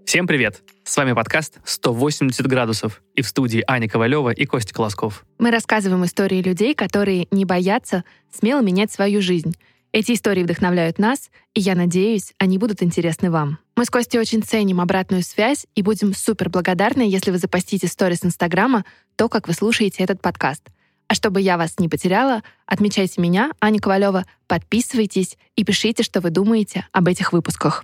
Всем привет! С вами подкаст «180 градусов» и в студии Аня Ковалева и Костя Колосков. Мы рассказываем истории людей, которые не боятся смело менять свою жизнь. Эти истории вдохновляют нас, и я надеюсь, они будут интересны вам. Мы с Костей очень ценим обратную связь и будем супер благодарны, если вы запостите сторис Инстаграма то, как вы слушаете этот подкаст. А чтобы я вас не потеряла, отмечайте меня, Аня Ковалева, подписывайтесь и пишите, что вы думаете об этих выпусках.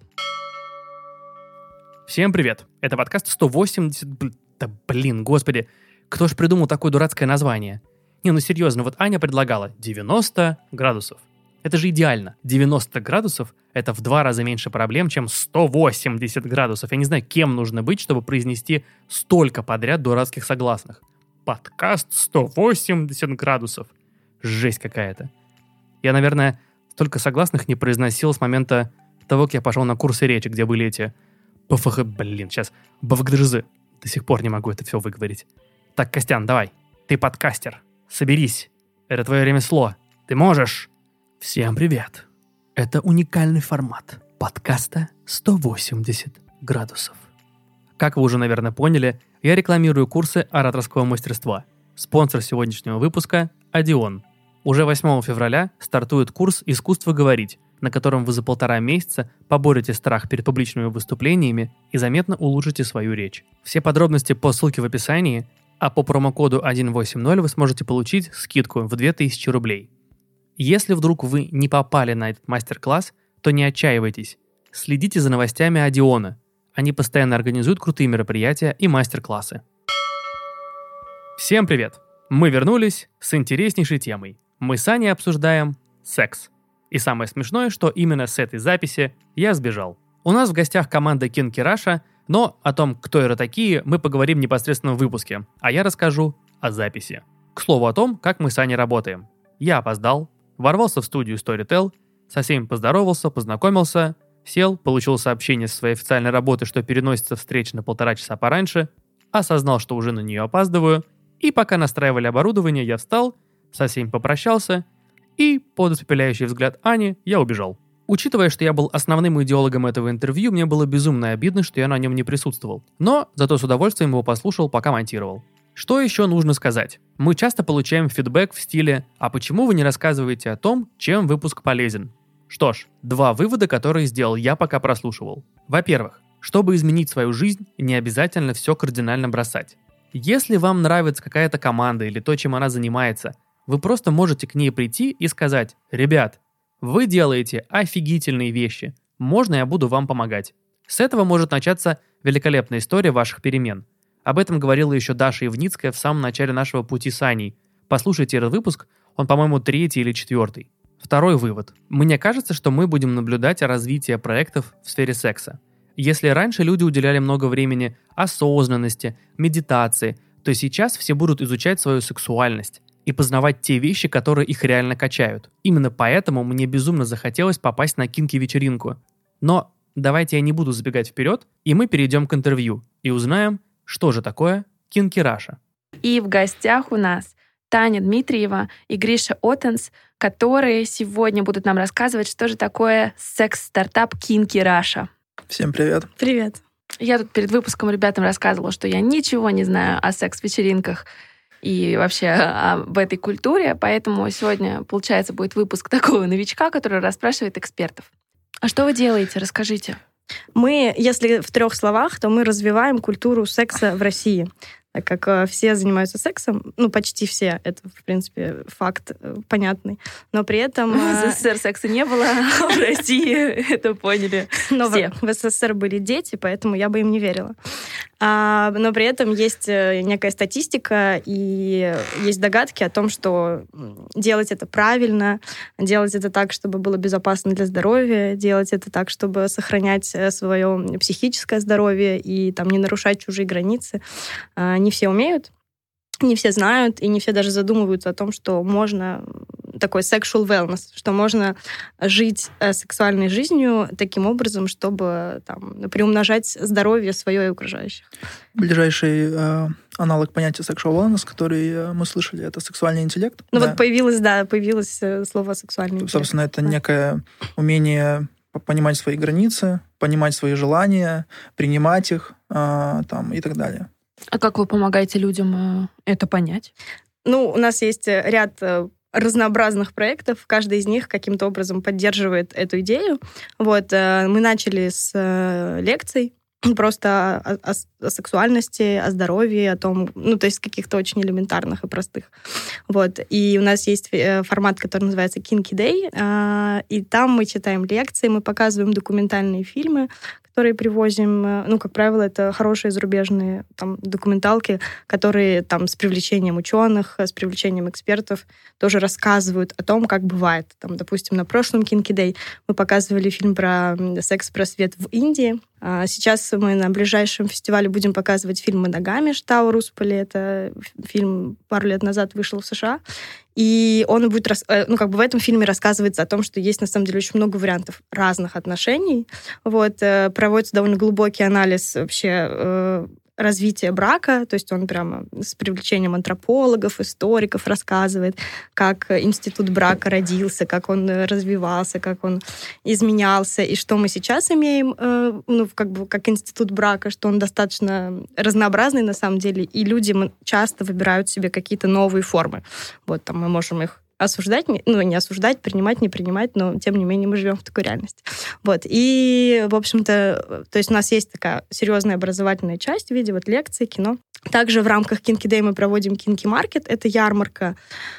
Всем привет! Это подкаст 180... Господи, кто ж придумал такое дурацкое название? Не, ну серьезно, вот Аня предлагала 90 градусов. Это же идеально. 90 градусов — это в 2 раза меньше проблем, чем 180 градусов. Я не знаю, кем нужно быть, чтобы произнести столько подряд дурацких согласных. Подкаст 180 градусов. Жесть какая-то. Я, наверное, столько согласных не произносил с момента того, как я пошел на курсы речи, где были эти... Бавгдрзы. До сих пор не могу это все выговорить. Так, Костян, давай. Ты подкастер. Соберись. Это твое ремесло. Ты можешь. Всем привет. Это уникальный формат подкаста 180 градусов. Как вы уже, наверное, поняли, я рекламирую курсы ораторского мастерства. Спонсор сегодняшнего выпуска – Одеон. Уже 8 февраля стартует курс «Искусство говорить», на котором вы за 1,5 месяца поборете страх перед публичными выступлениями и заметно улучшите свою речь. Все подробности по ссылке в описании, а по промокоду 180 вы сможете получить скидку в 2000 рублей. Если вдруг вы не попали на этот мастер-класс, то не отчаивайтесь. Следите за новостями Одеона. Они постоянно организуют крутые мероприятия и мастер-классы. Всем привет! Мы вернулись с интереснейшей темой. Мы с Аней обсуждаем секс. И самое смешное, что именно с этой записи я сбежал. У нас в гостях команда Kinky Russia, но о том, кто это такие, мы поговорим непосредственно в выпуске, а я расскажу о записи. К слову о том, как мы с Аней работаем. Я опоздал, ворвался в студию Storytel, со всеми поздоровался, познакомился, сел, получил сообщение со своей официальной работы, что переносится встреча на 1,5 часа пораньше, осознал, что уже на нее опаздываю, и пока настраивали оборудование, я встал, со всеми попрощался, и под испепеляющий взгляд Ани я убежал. Учитывая, что я был основным идеологом этого интервью, мне было безумно обидно, что я на нем не присутствовал. Но зато с удовольствием его послушал, пока монтировал. Что еще нужно сказать? Мы часто получаем фидбэк в стиле «А почему вы не рассказываете о том, чем выпуск полезен?» Что ж, 2 вывода, которые сделал я, пока прослушивал. Во-первых, чтобы изменить свою жизнь, не обязательно все кардинально бросать. Если вам нравится какая-то команда или то, чем она занимается, вы просто можете к ней прийти и сказать: «Ребят, вы делаете офигительные вещи, можно я буду вам помогать?» С этого может начаться великолепная история ваших перемен. Об этом говорила еще Даша Ивницкая в самом начале нашего пути с Аней. Послушайте этот выпуск, он, по-моему, 3-й или 4-й. Второй вывод. Мне кажется, что мы будем наблюдать развитие проектов в сфере секса. Если раньше люди уделяли много времени осознанности, медитации, то сейчас все будут изучать свою сексуальность и познавать те вещи, которые их реально качают. Именно поэтому мне безумно захотелось попасть на кинки-вечеринку. Но давайте я не буду забегать вперед, и мы перейдем к интервью и узнаем, что же такое Kinky Russia. И в гостях у нас Таня Дмитриева и Гриша Отенс, которые сегодня будут нам рассказывать, что же такое секс-стартап Kinky Russia. Всем привет. Привет. Я тут перед выпуском ребятам рассказывала, что я ничего не знаю о секс-вечеринках и вообще об этой культуре, поэтому сегодня, получается, будет выпуск такого новичка, который расспрашивает экспертов. А что вы делаете? Расскажите. Мы, если в 3 словах, то мы развиваем культуру секса в России. Так как все занимаются сексом, почти все, это, в принципе, факт понятный, но при этом... В СССР секса не было, а в России это поняли все. В СССР были дети, поэтому я бы им не верила. Но при этом есть некая статистика и есть догадки о том, что делать это правильно, делать это так, чтобы было безопасно для здоровья, делать это так, чтобы сохранять свое психическое здоровье и не нарушать чужие границы. Не все умеют, не все знают, и не все даже задумываются о том, что можно такой sexual wellness, что можно жить сексуальной жизнью таким образом, чтобы приумножать здоровье свое и окружающих. Ближайший аналог понятия sexual wellness, который мы слышали, это сексуальный интеллект. Появилось слово сексуальный интеллект. Собственно, это некое умение понимать свои границы, понимать свои желания, принимать их там, и так далее. А как вы помогаете людям это понять? Ну, у нас есть ряд разнообразных проектов, каждый из них каким-то образом поддерживает эту идею. Вот, мы начали с лекций, просто о сексуальности, о здоровье, о том, ну, то есть каких-то очень элементарных и простых. Вот. И у нас есть формат, который называется Kinky Day, и там мы читаем лекции, мы показываем документальные фильмы, которые привозим. Ну, как правило, это хорошие зарубежные там, документалки, которые там с привлечением ученых, с привлечением экспертов тоже рассказывают о том, как бывает. Там, допустим, на прошлом Kinky Day мы показывали фильм про секс-просвет в Индии. Сейчас мы на ближайшем фестивале будем показывать фильм «Моногами» Штау Русполи. Это фильм пару лет назад вышел в США. И он будет, ну, как бы в этом фильме рассказывается о том, что есть, на самом деле, очень много вариантов разных отношений. Вот, проводится довольно глубокий анализ вообще развития брака, то есть он прямо с привлечением антропологов, историков рассказывает, как институт брака родился, как он развивался, как он изменялся, и что мы сейчас имеем, ну, как бы как институт брака, что он достаточно разнообразный на самом деле, и люди часто выбирают себе какие-то новые формы. Вот там мы можем их осуждать, ну, не осуждать, принимать, не принимать, но, тем не менее, мы живем в такой реальности. Вот. И, в общем-то, то есть у нас есть такая серьезная образовательная часть в виде вот лекций, кино. Также в рамках Kinky Day мы проводим Kinky Market. Это ярмарка,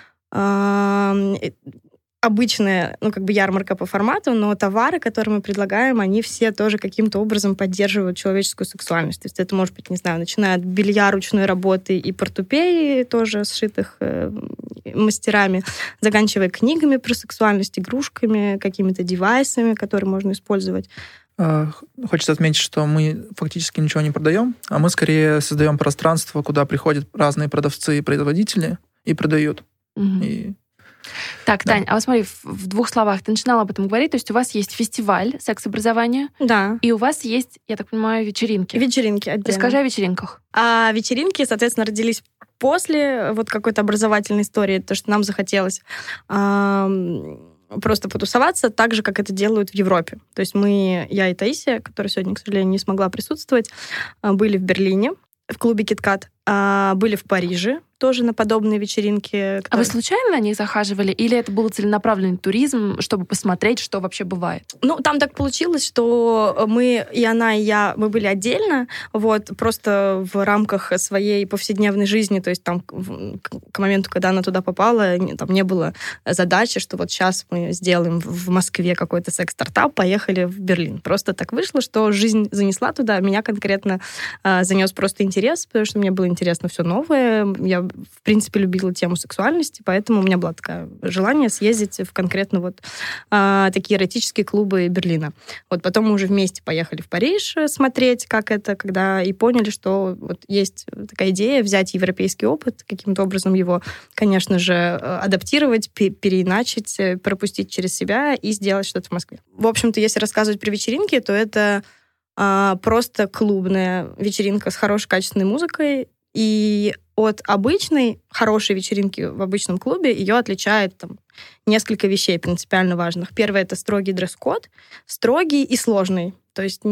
обычная, ну, как бы ярмарка по формату, но товары, которые мы предлагаем, они все тоже каким-то образом поддерживают человеческую сексуальность. То есть это может быть, не знаю, начиная от белья ручной работы и портупеи, тоже сшитых мастерами, заканчивая книгами про сексуальность, игрушками, какими-то девайсами, которые можно использовать. Хочется отметить, что мы фактически ничего не продаем, а мы скорее создаем пространство, куда приходят разные продавцы и производители и продают. И так, да. Тань, а вот смотри, в двух словах, ты начинала об этом говорить, то есть у вас есть фестиваль секс-образования, да, и у вас есть, я так понимаю, вечеринки. Вечеринки отдельно. Расскажи о вечеринках. А вечеринки, соответственно, родились после вот какой-то образовательной истории, то, что нам захотелось просто потусоваться так же, как это делают в Европе. То есть я и Таисия, которая сегодня, к сожалению, не смогла присутствовать, были в Берлине, в клубе «Киткат», были в Париже, тоже на подобные вечеринки. А вы случайно на них захаживали? Или это был целенаправленный туризм, чтобы посмотреть, что вообще бывает? Ну, там так получилось, что мы, и она, и я, мы были отдельно, вот, просто в рамках своей повседневной жизни, то есть там к моменту, когда она туда попала, там не было задачи, что вот сейчас мы сделаем в Москве какой-то секс-стартап, поехали в Берлин. Просто так вышло, что жизнь занесла туда, меня конкретно занес просто интерес, потому что мне было интересно все новое, я в принципе, любила тему сексуальности, поэтому у меня было такое желание съездить в конкретно вот такие эротические клубы Берлина. Вот потом мы уже вместе поехали в Париж смотреть, как это, когда и поняли, что вот есть такая идея взять европейский опыт, каким-то образом его, конечно же, адаптировать, переиначить, пропустить через себя и сделать что-то в Москве. В общем-то, если рассказывать про вечеринки, то это просто клубная вечеринка с хорошей качественной музыкой. И от обычной хорошей вечеринки в обычном клубе ее отличает там несколько вещей принципиально важных. Первое — это строгий дресс-код, строгий и сложный. То есть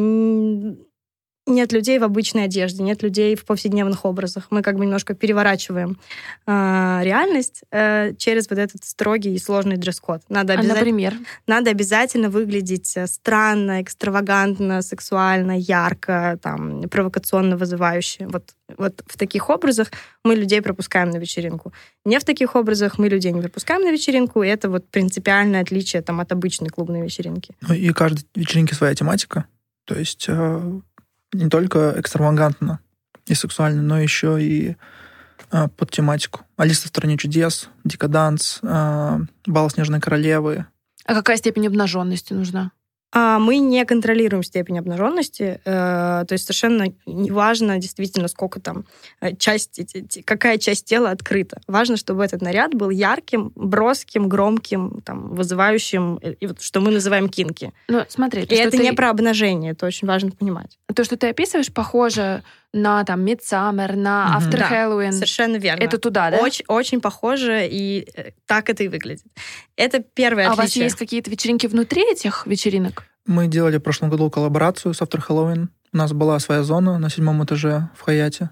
нет людей в обычной одежде, нет людей в повседневных образах. Мы как бы немножко переворачиваем реальность через вот этот строгий и сложный дресс-код. Например? Надо обязательно выглядеть странно, экстравагантно, сексуально, ярко, там, провокационно вызывающе. Вот в таких образах мы людей пропускаем на вечеринку. Не в таких образах мы людей не пропускаем на вечеринку, и это вот принципиальное отличие там, от обычной клубной вечеринки. Ну и каждой вечеринки своя тематика. То есть не только экстравагантно и сексуально, но еще и под тематику. «Алиса в стране чудес», «Декаданс», «Бал снежной королевы». А какая степень обнаженности нужна? Мы не контролируем степень обнаженности, то есть совершенно не важно действительно, сколько там какая часть тела открыта. Важно, чтобы этот наряд был ярким, броским, громким, там, вызывающим, и вот, что мы называем кинки. Ну, смотри, и это не про обнажение, это очень важно понимать. То, что ты описываешь, похоже на там Midsummer, на After Halloween. Совершенно верно. Это туда, да? Очень, очень похоже, и так это и выглядит. Это первое отличие. А у вас есть какие-то вечеринки внутри этих вечеринок? Мы делали в прошлом году коллаборацию с After Halloween. У нас была своя зона на 7 этаже в Хаяте.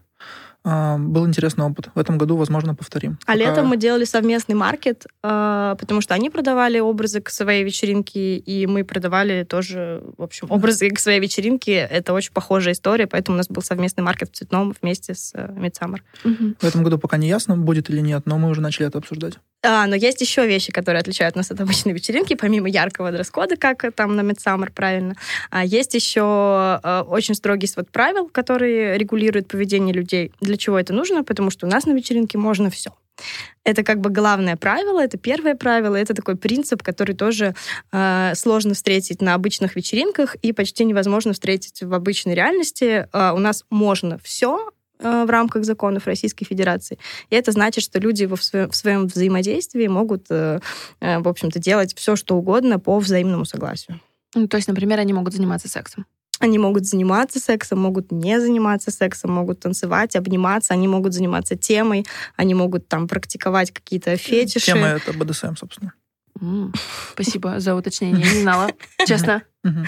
Был интересный опыт. В этом году, возможно, повторим. А летом мы делали совместный маркет, потому что они продавали образы к своей вечеринке, и мы продавали тоже, в общем, образы к своей вечеринке. Это очень похожая история, поэтому у нас был совместный маркет в Цветном вместе с Midsummer. В этом году пока не ясно, будет или нет, но мы уже начали это обсуждать. Но есть еще вещи, которые отличают нас от обычной вечеринки, помимо яркого дресс-кода, как там на Midsummer, правильно. Есть еще очень строгий свод правил, которые регулируют поведение людей. Для чего это нужно? Потому что у нас на вечеринке можно все. Это как бы главное правило, это первое правило, это такой принцип, который тоже сложно встретить на обычных вечеринках и почти невозможно встретить в обычной реальности. У нас можно все в рамках законов Российской Федерации. И это значит, что люди в своем взаимодействии могут, в общем-то, делать все, что угодно по взаимному согласию. То есть, например, они могут заниматься сексом. Они могут заниматься сексом, могут не заниматься сексом, могут танцевать, обниматься, они могут заниматься темой, они могут там практиковать какие-то фетиши. Тема — это БДСМ, собственно. Спасибо за уточнение. Я не знала, честно.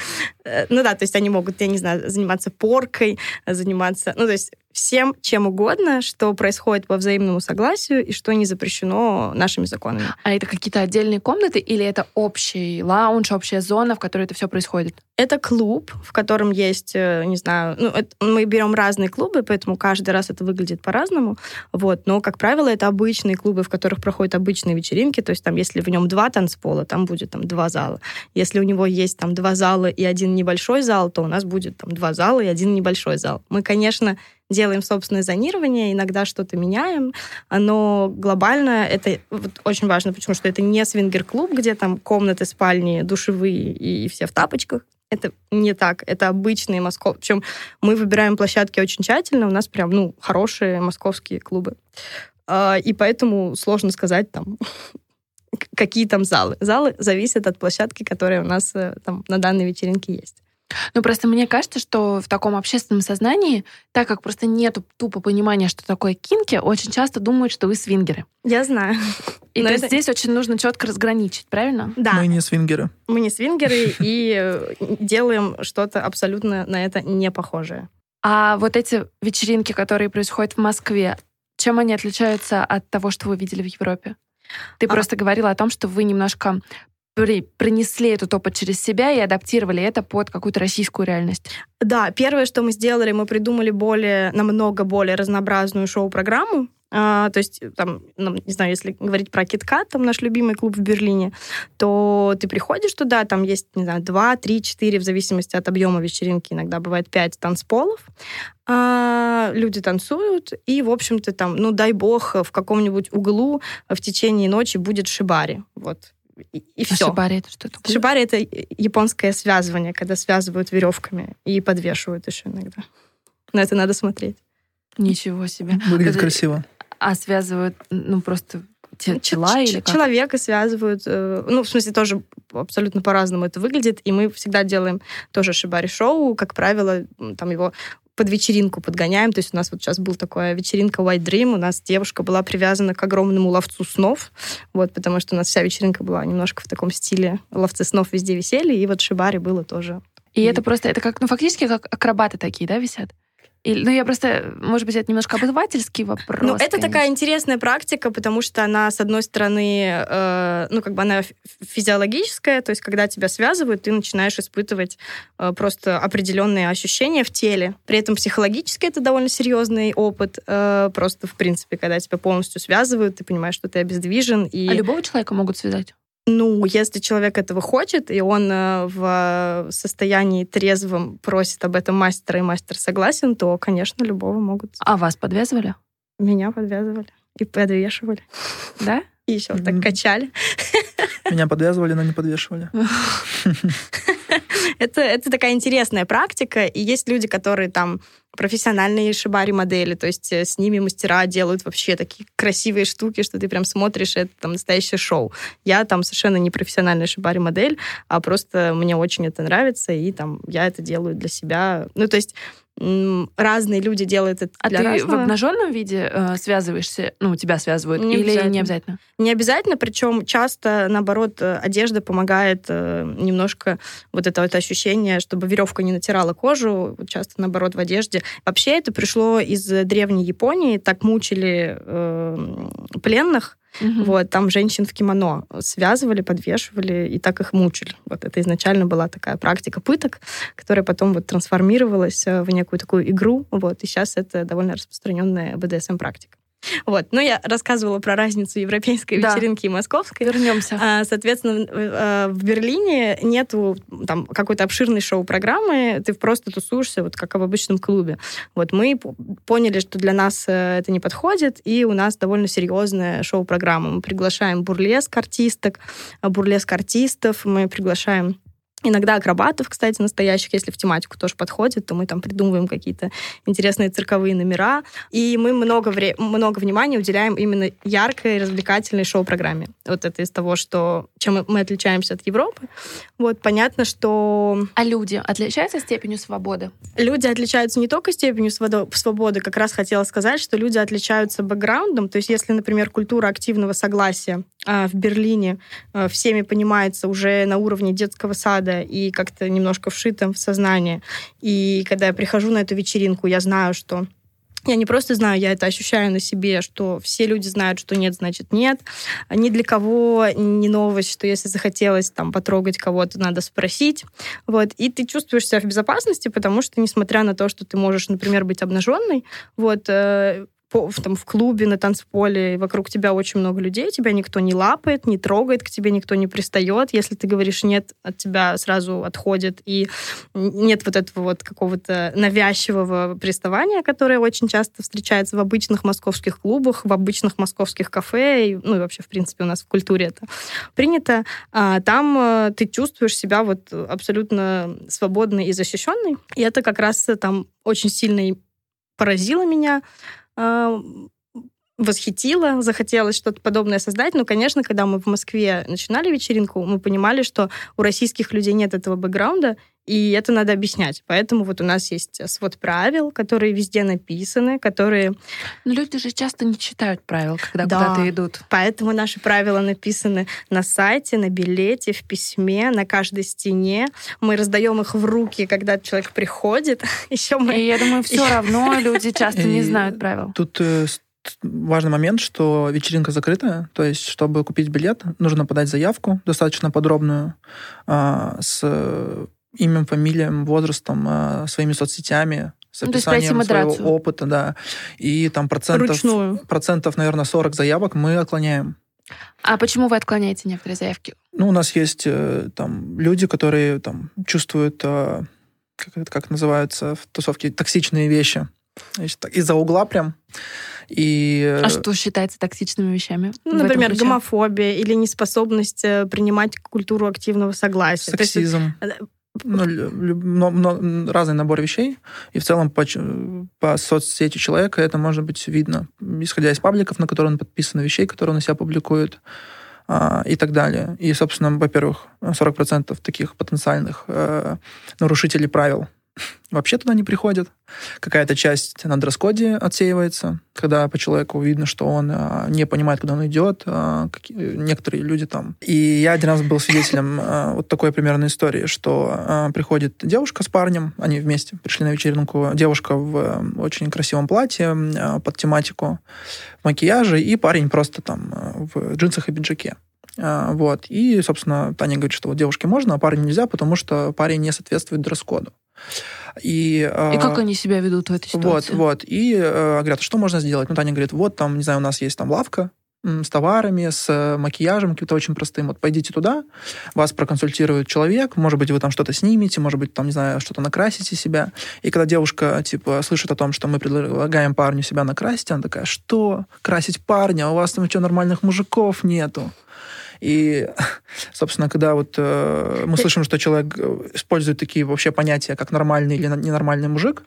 Ну да, то есть они могут, я не знаю, заниматься поркой, заниматься... Ну, то есть всем, чем угодно, что происходит по взаимному согласию и что не запрещено нашими законами. А это какие-то отдельные комнаты или это общий лаунж, общая зона, в которой это все происходит? Это клуб, в котором есть, не знаю, мы берем разные клубы, поэтому каждый раз это выглядит по-разному. Вот. Но, как правило, это обычные клубы, в которых проходят обычные вечеринки. То есть там, если в нем 2 танцпола, там будет там 2 зала. Если у него есть там 2 зала и 1 небольшой зал, то у нас будет там 2 зала и 1 небольшой зал. Мы, конечно, делаем собственное зонирование, иногда что-то меняем, но глобально это вот очень важно, потому что это не свингер-клуб, где там комнаты, спальни, душевые и все в тапочках. Это не так, это обычные московские. Причем мы выбираем площадки очень тщательно, у нас прям, хорошие московские клубы. И поэтому сложно сказать там, какие там залы. Залы зависят от площадки, которая у нас там на данной вечеринке есть. Просто мне кажется, что в таком общественном сознании, так как просто нету тупо понимания, что такое кинки, очень часто думают, что вы свингеры. Я знаю. И то есть здесь очень нужно четко разграничить, правильно? Да. Мы не свингеры. Мы не свингеры и делаем что-то абсолютно на это не похожее. А вот эти вечеринки, которые происходят в Москве, чем они отличаются от того, что вы видели в Европе? Ты просто говорила о том, что вы немножко принесли этот опыт через себя и адаптировали это под какую-то российскую реальность. Да, первое, что мы сделали, мы придумали намного более разнообразную шоу-программу. То есть, там, не знаю, если говорить про KitKat, там наш любимый клуб в Берлине, то ты приходишь туда, там есть, не знаю, 2, 3, 4, в зависимости от объема вечеринки, иногда бывает 5 танцполов. Люди танцуют, и, в общем-то, там, дай бог, в каком-нибудь углу в течение ночи будет шибари. Вот. И все. Шибари — это что такое? Шибари — это японское связывание, когда связывают веревками и подвешивают еще иногда. На это надо смотреть. Ничего себе. Выглядит красиво. А связывают, просто тела или как? Человека связывают. В смысле, тоже абсолютно по-разному это выглядит. И мы всегда делаем тоже шибари-шоу. Как правило, там его под вечеринку подгоняем. То есть у нас вот сейчас была такая вечеринка White Dream. У нас девушка была привязана к огромному ловцу снов. Вот, потому что у нас вся вечеринка была немножко в таком стиле. Ловцы снов везде висели. И вот шибари было тоже. И это просто, это как, фактически как акробаты такие, да, висят? Я просто, может быть, это немножко обывательский вопрос. Это такая интересная практика, потому что она, с одной стороны, она физиологическая, то есть когда тебя связывают, ты начинаешь испытывать просто определенные ощущения в теле. При этом психологически это довольно серьезный опыт. Просто, в принципе, когда тебя полностью связывают, ты понимаешь, что ты обездвижен. А любого человека могут связать? Если человек этого хочет, и он в состоянии трезвом просит об этом мастера, и мастер согласен, то, конечно, любого могут. А вас подвязывали? Меня подвязывали и подвешивали. Да? И еще так качали. Меня подвязывали, но не подвешивали. Это такая интересная практика, и есть люди, которые там профессиональные шибари-модели, то есть с ними мастера делают вообще такие красивые штуки, что ты прям смотришь, это там настоящее шоу. Я там совершенно не профессиональная шибари-модель, а просто мне очень это нравится, и там я это делаю для себя. То есть разные люди делают это для разного. А ты в обнаженном виде связываешься, тебя связывают, или не обязательно? Не обязательно, причем часто, наоборот, одежда помогает немножко вот это вот ощущение, чтобы веревка не натирала кожу, часто, наоборот, в одежде. Вообще это пришло из древней Японии, так мучили пленных. Вот, там женщин в кимоно связывали, подвешивали и так их мучили. Вот это изначально была такая практика пыток, которая потом вот трансформировалась в некую такую игру. Вот, и сейчас это довольно распространенная БДСМ-практика. Вот. Но я рассказывала про разницу европейской вечеринки и московской. Вернемся. Соответственно, в Берлине нету там какой-то обширной шоу-программы, ты просто тусуешься, вот как в обычном клубе. Вот мы поняли, что для нас это не подходит, и у нас довольно серьезная шоу-программа. Мы приглашаем бурлеск-артисток, бурлеск-артистов, мы приглашаем иногда акробатов, кстати, настоящих, если в тематику тоже подходит, то мы там придумываем какие-то интересные цирковые номера. И мы много внимания уделяем именно яркой, развлекательной шоу-программе. Вот это из того, чем мы отличаемся от Европы. Вот, понятно, что... А люди отличаются степенью свободы? Люди отличаются не только степенью свободы, как раз хотела сказать, что люди отличаются бэкграундом. То есть если, например, культура активного согласия в Берлине всеми понимается уже на уровне детского сада и как-то немножко вшитым в сознание. И когда я прихожу на эту вечеринку, я знаю, что... Я не просто знаю, я это ощущаю на себе, что все люди знают, что нет, значит нет. Ни для кого не новость, что если захотелось там потрогать кого-то, надо спросить. Вот. И ты чувствуешь себя в безопасности, потому что, несмотря на то, что ты можешь, например, быть обнаженной, вот, в клубе, на танцполе, вокруг тебя очень много людей, тебя никто не лапает, не трогает, к тебе никто не пристает. Если ты говоришь «нет», от тебя сразу отходит, и нет вот этого вот какого-то навязчивого приставания, которое очень часто встречается в обычных московских клубах, в обычных московских кафе, и вообще, в принципе, у нас в культуре это принято. Там ты чувствуешь себя вот абсолютно свободной и защищенной, и это как раз там очень сильно поразило меня, восхитило, захотелось что-то подобное создать. Но, конечно, когда мы в Москве начинали вечеринку, мы понимали, что у российских людей нет этого бэкграунда, и это надо объяснять. Поэтому вот у нас есть свод правил, которые везде написаны, которые... Но люди же часто не читают правил, когда куда-то идут. Поэтому наши правила написаны на сайте, на билете, в письме, на каждой стене. Мы раздаем их в руки, когда человек приходит. И я думаю, все равно люди часто не знают правил. Тут важный момент, что вечеринка закрытая, то есть, чтобы купить билет, нужно подать заявку достаточно подробную с именем, фамилией, возрастом, своими соцсетями, с описанием своего опыта, да. И там процентов, наверное, 40 заявок мы отклоняем. А почему вы отклоняете некоторые заявки? У нас есть там люди, которые там чувствуют, как называются в тусовке, токсичные вещи. Значит, из-за угла прям. А что считается токсичными вещами? Например, гомофобия или неспособность принимать культуру активного согласия. Сексизм. Разный набор вещей. И в целом по соцсети человека это может быть видно, исходя из пабликов, на которые он подписан, вещей, которые он на себя публикует, и так далее. И, собственно, во-первых, 40% таких потенциальных нарушителей правил вообще туда не приходят. Какая-то часть на дресс-коде отсеивается, когда по человеку видно, что он не понимает, куда он идет. Некоторые люди там. И я один раз был свидетелем вот такой примерной истории, что приходит девушка с парнем, они вместе пришли на вечеринку, девушка в очень красивом платье под тематику, в макияже, и парень просто там в джинсах и пиджаке. Вот. И, собственно, Таня говорит, что вот девушке можно, а парню нельзя, потому что парень не соответствует дресс-коду. И как они себя ведут в этой ситуации? Вот. И говорят, что можно сделать? Таня говорит, вот там, не знаю, у нас есть там лавка с товарами, с макияжем каким-то очень простым. Вот пойдите туда, вас проконсультирует человек, может быть, вы там что-то снимете, может быть, там, не знаю, что-то накрасите себя. И когда девушка, слышит о том, что мы предлагаем парню себя накрасить, она такая, что? Красить парня? У вас там что, нормальных мужиков нету? И, собственно, когда вот мы слышим, что человек использует такие вообще понятия, как нормальный или ненормальный мужик,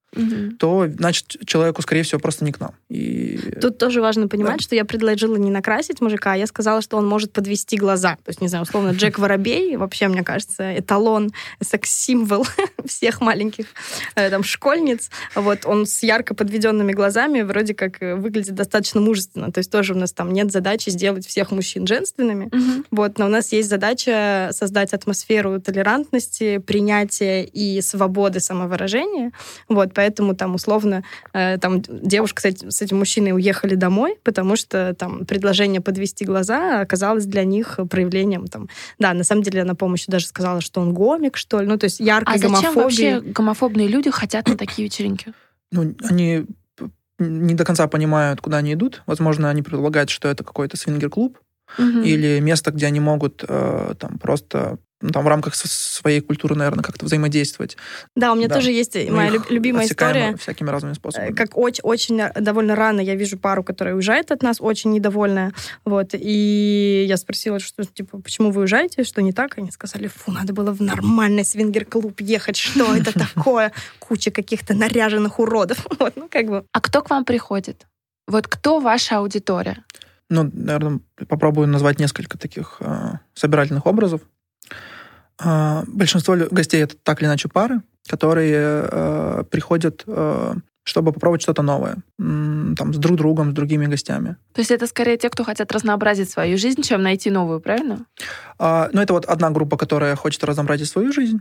то, значит, человеку, скорее всего, просто не к нам. И... Тут тоже важно понимать, что я предложила не накрасить мужика, а я сказала, что он может подвести глаза. То есть, не знаю, условно, Джек Воробей, вообще, мне кажется, эталон, секс-символ всех маленьких там школьниц. Вот, он с ярко подведенными глазами вроде как выглядит достаточно мужественно. То есть тоже у нас там нет задачи сделать всех мужчин женственными. Вот, но у нас есть задача создать атмосферу толерантности, принятия и свободы самовыражения. Вот, поэтому там условно там девушка с этим мужчиной уехали домой, потому что там предложение подвести глаза оказалось для них проявлением там... Да, на самом деле она, по-моему, еще даже сказала, что он гомик, что ли. Ну, то есть яркой гомофобии. А зачем вообще гомофобные люди хотят на такие вечеринки? Ну, они не до конца понимают, куда они идут. Возможно, они предполагают, что это какой-то свингер-клуб или место, где они могут там просто... там в рамках своей культуры, наверное, как-то взаимодействовать. Да, у меня тоже есть моя любимая история. Всякими разными способами. Как очень довольно рано я вижу пару, которая уезжает от нас, очень недовольная. Вот. И я спросила, что, типа, почему вы уезжаете, что не так? Они сказали, фу, надо было в нормальный свингер-клуб ехать, что это такое? Куча каких-то наряженных уродов. Вот, ну, как бы. А кто к вам приходит? Вот кто ваша аудитория? Ну, наверное, попробую назвать несколько таких собирательных образов. Большинство гостей — это так или иначе пары, которые приходят, чтобы попробовать что-то новое. Там, с друг другом, с другими гостями. То есть это скорее те, кто хотят разнообразить свою жизнь, чем найти новую, правильно? Ну, это вот одна группа, которая хочет разнообразить свою жизнь.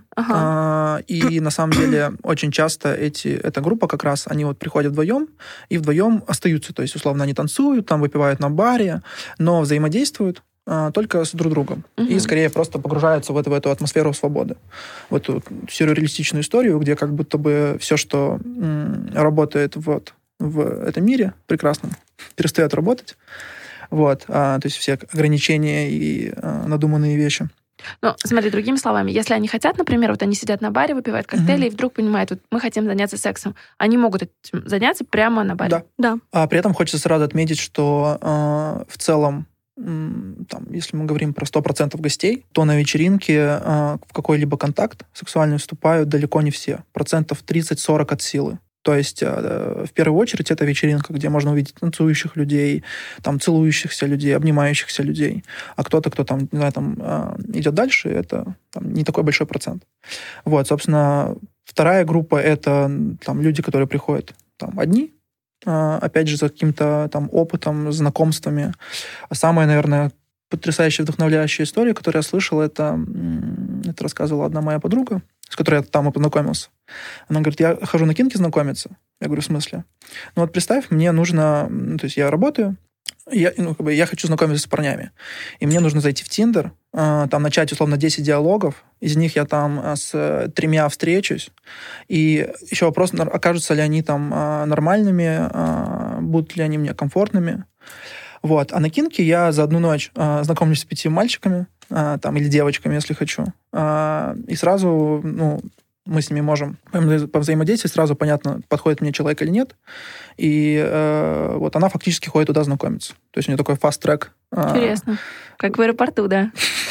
И на самом деле очень часто эта группа как раз, они вот приходят вдвоем, и вдвоем остаются. То есть, условно, они танцуют, там выпивают на баре, но взаимодействуют только с друг другом. И скорее просто погружаются в эту атмосферу свободы. В эту сюрреалистичную историю, где как будто бы все, что работает вот в этом мире прекрасном, перестает работать. Вот. То есть все ограничения и надуманные вещи. Ну, смотри, другими словами, если они хотят, например, вот они сидят на баре, выпивают коктейли, и вдруг понимают, вот мы хотим заняться сексом, они могут этим заняться прямо на баре. Да. А при этом хочется сразу отметить, что в целом там, если мы говорим про 100% гостей, то на вечеринке в какой-либо контакт сексуальный вступают далеко не все. 30-40% от силы. То есть в первую очередь это вечеринка, где можно увидеть танцующих людей, там, целующихся людей, обнимающихся людей. А кто-то, кто там, не знаю, там, идет дальше, это там, не такой большой процент. Вот, собственно, вторая группа — это там, люди, которые приходят там, одни, опять же, за каким-то там опытом, знакомствами. А самая, наверное, потрясающая, вдохновляющая история, которую я слышал, это рассказывала одна моя подруга, с которой я там и познакомился. Она говорит, я хожу на кинки знакомиться. Я говорю, в смысле? Ну вот представь, мне нужно... то есть я работаю, я хочу знакомиться с парнями. И мне нужно зайти в Тиндер, там начать, условно, 10 диалогов. Из них я там с 3 встречусь. И еще вопрос, окажутся ли они там нормальными, будут ли они мне комфортными. Вот. А на кинке я за одну ночь знакомлюсь с 5 мальчиками, там, или девочками, если хочу. И сразу, мы с ними можем по взаимодействию, сразу понятно, подходит мне человек или нет. И вот она фактически ходит туда знакомиться. То есть у нее такой фаст-трек. Интересно. Как в аэропорту, да.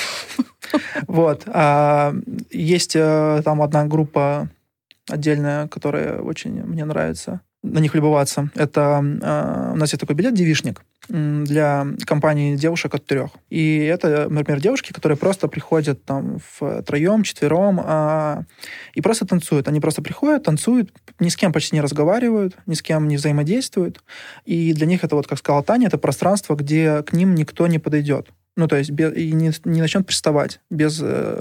Вот. Есть там одна группа отдельная, которая очень мне нравится. На них любоваться. Это у нас есть такой билет «Девишник» для компании девушек от 3. И это, например, девушки, которые просто приходят там втроем, четвером и просто танцуют. Они просто приходят, танцуют, ни с кем почти не разговаривают, ни с кем не взаимодействуют. И для них это, вот как сказала Таня, это пространство, где к ним никто не подойдет. Ну, то есть и не начнет приставать без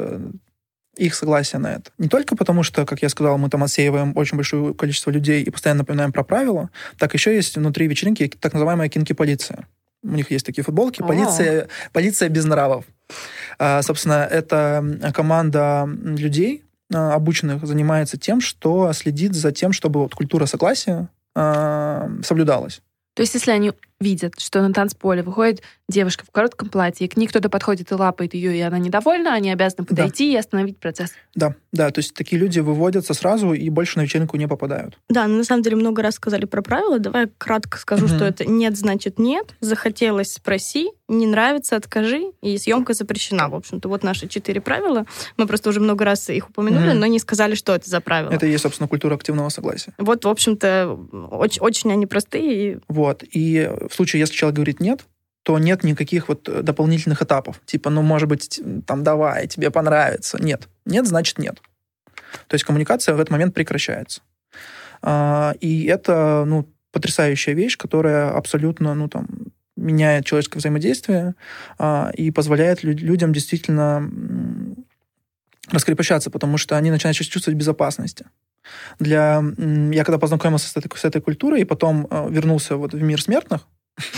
их согласия на это. Не только потому, что, как я сказал, мы там отсеиваем очень большое количество людей и постоянно напоминаем про правила, так еще есть внутри вечеринки так называемая кинки-полиция. У них есть такие футболки. Полиция без нравов. Собственно, это команда людей, обученных, занимается тем, что следит за тем, чтобы вот культура согласия соблюдалась. То есть, если они видят, что на танцполе выходит девушка в коротком платье, и к ней кто-то подходит и лапает ее, и она недовольна, они обязаны подойти и остановить процесс. Да, то есть такие люди выводятся сразу и больше на вечеринку не попадают. Да, но на самом деле много раз сказали про правила. Давай кратко скажу, что это нет, значит нет. Захотелось — спроси, не нравится — откажи, и съемка запрещена. В общем-то, вот наши 4 правила. Мы просто уже много раз их упомянули, но не сказали, что это за правила. Это и есть, собственно, культура активного согласия. Вот, в общем-то, очень они простые. Вот, и в случае, если человек говорит нет, то нет никаких вот дополнительных этапов. Типа, может быть, там, давай, тебе понравится. Нет. Нет, значит нет. То есть коммуникация в этот момент прекращается. И это, потрясающая вещь, которая абсолютно, меняет человеческое взаимодействие и позволяет людям действительно раскрепощаться, потому что они начинают чувствовать безопасность. Я когда познакомился с этой культурой и потом вернулся в мир смертных,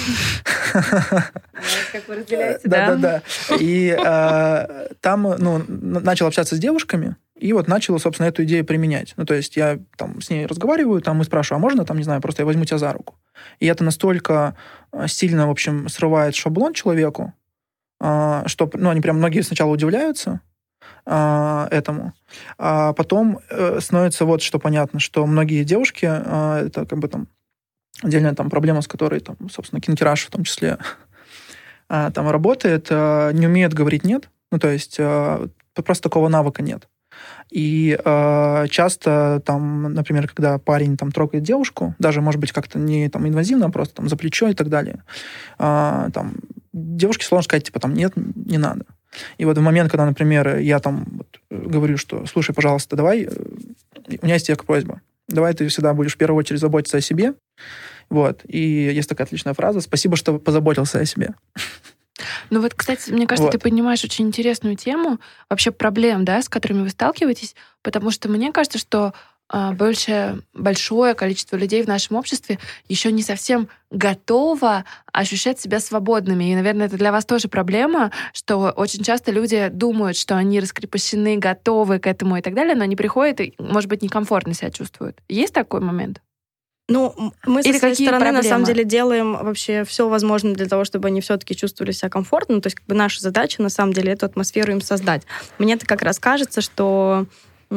как вы разделяете, да. И там, начал общаться с девушками, и вот начал, собственно, эту идею применять. То есть я там с ней разговариваю, там и спрашиваю, а можно, там, не знаю, просто я возьму тебя за руку. И это настолько сильно, в общем, срывает шаблон человеку, что, они прям многие сначала удивляются этому, а потом становится вот что понятно, что многие девушки, это как бы там отдельная там проблема, с которой, там, собственно, кинотираж в том числе там работает, не умеют говорить «нет». То есть просто такого навыка нет. И часто, там, например, когда парень там трогает девушку, даже, может быть, как-то не там инвазивно, а просто там за плечо и так далее, там, девушке сложно сказать, типа, там, нет, не надо. И вот в момент, когда, например, я там говорю, что, слушай, пожалуйста, давай, у меня есть тебе просьба, давай ты всегда будешь в первую очередь заботиться о себе. Вот. И есть такая отличная фраза: «Спасибо, что позаботился о себе». Кстати, мне кажется, ты поднимаешь очень интересную тему вообще проблем, да, с которыми вы сталкиваетесь, потому что мне кажется, что большое количество людей в нашем обществе еще не совсем готово ощущать себя свободными. И, наверное, это для вас тоже проблема, что очень часто люди думают, что они раскрепощены, готовы к этому и так далее, но они приходят и, может быть, некомфортно себя чувствуют. Есть такой момент? Мы со своей стороны, на самом деле, делаем вообще все возможное для того, чтобы они все-таки чувствовали себя комфортно. То есть, наша задача, на самом деле, эту атмосферу им создать. Мне-то как раз кажется, что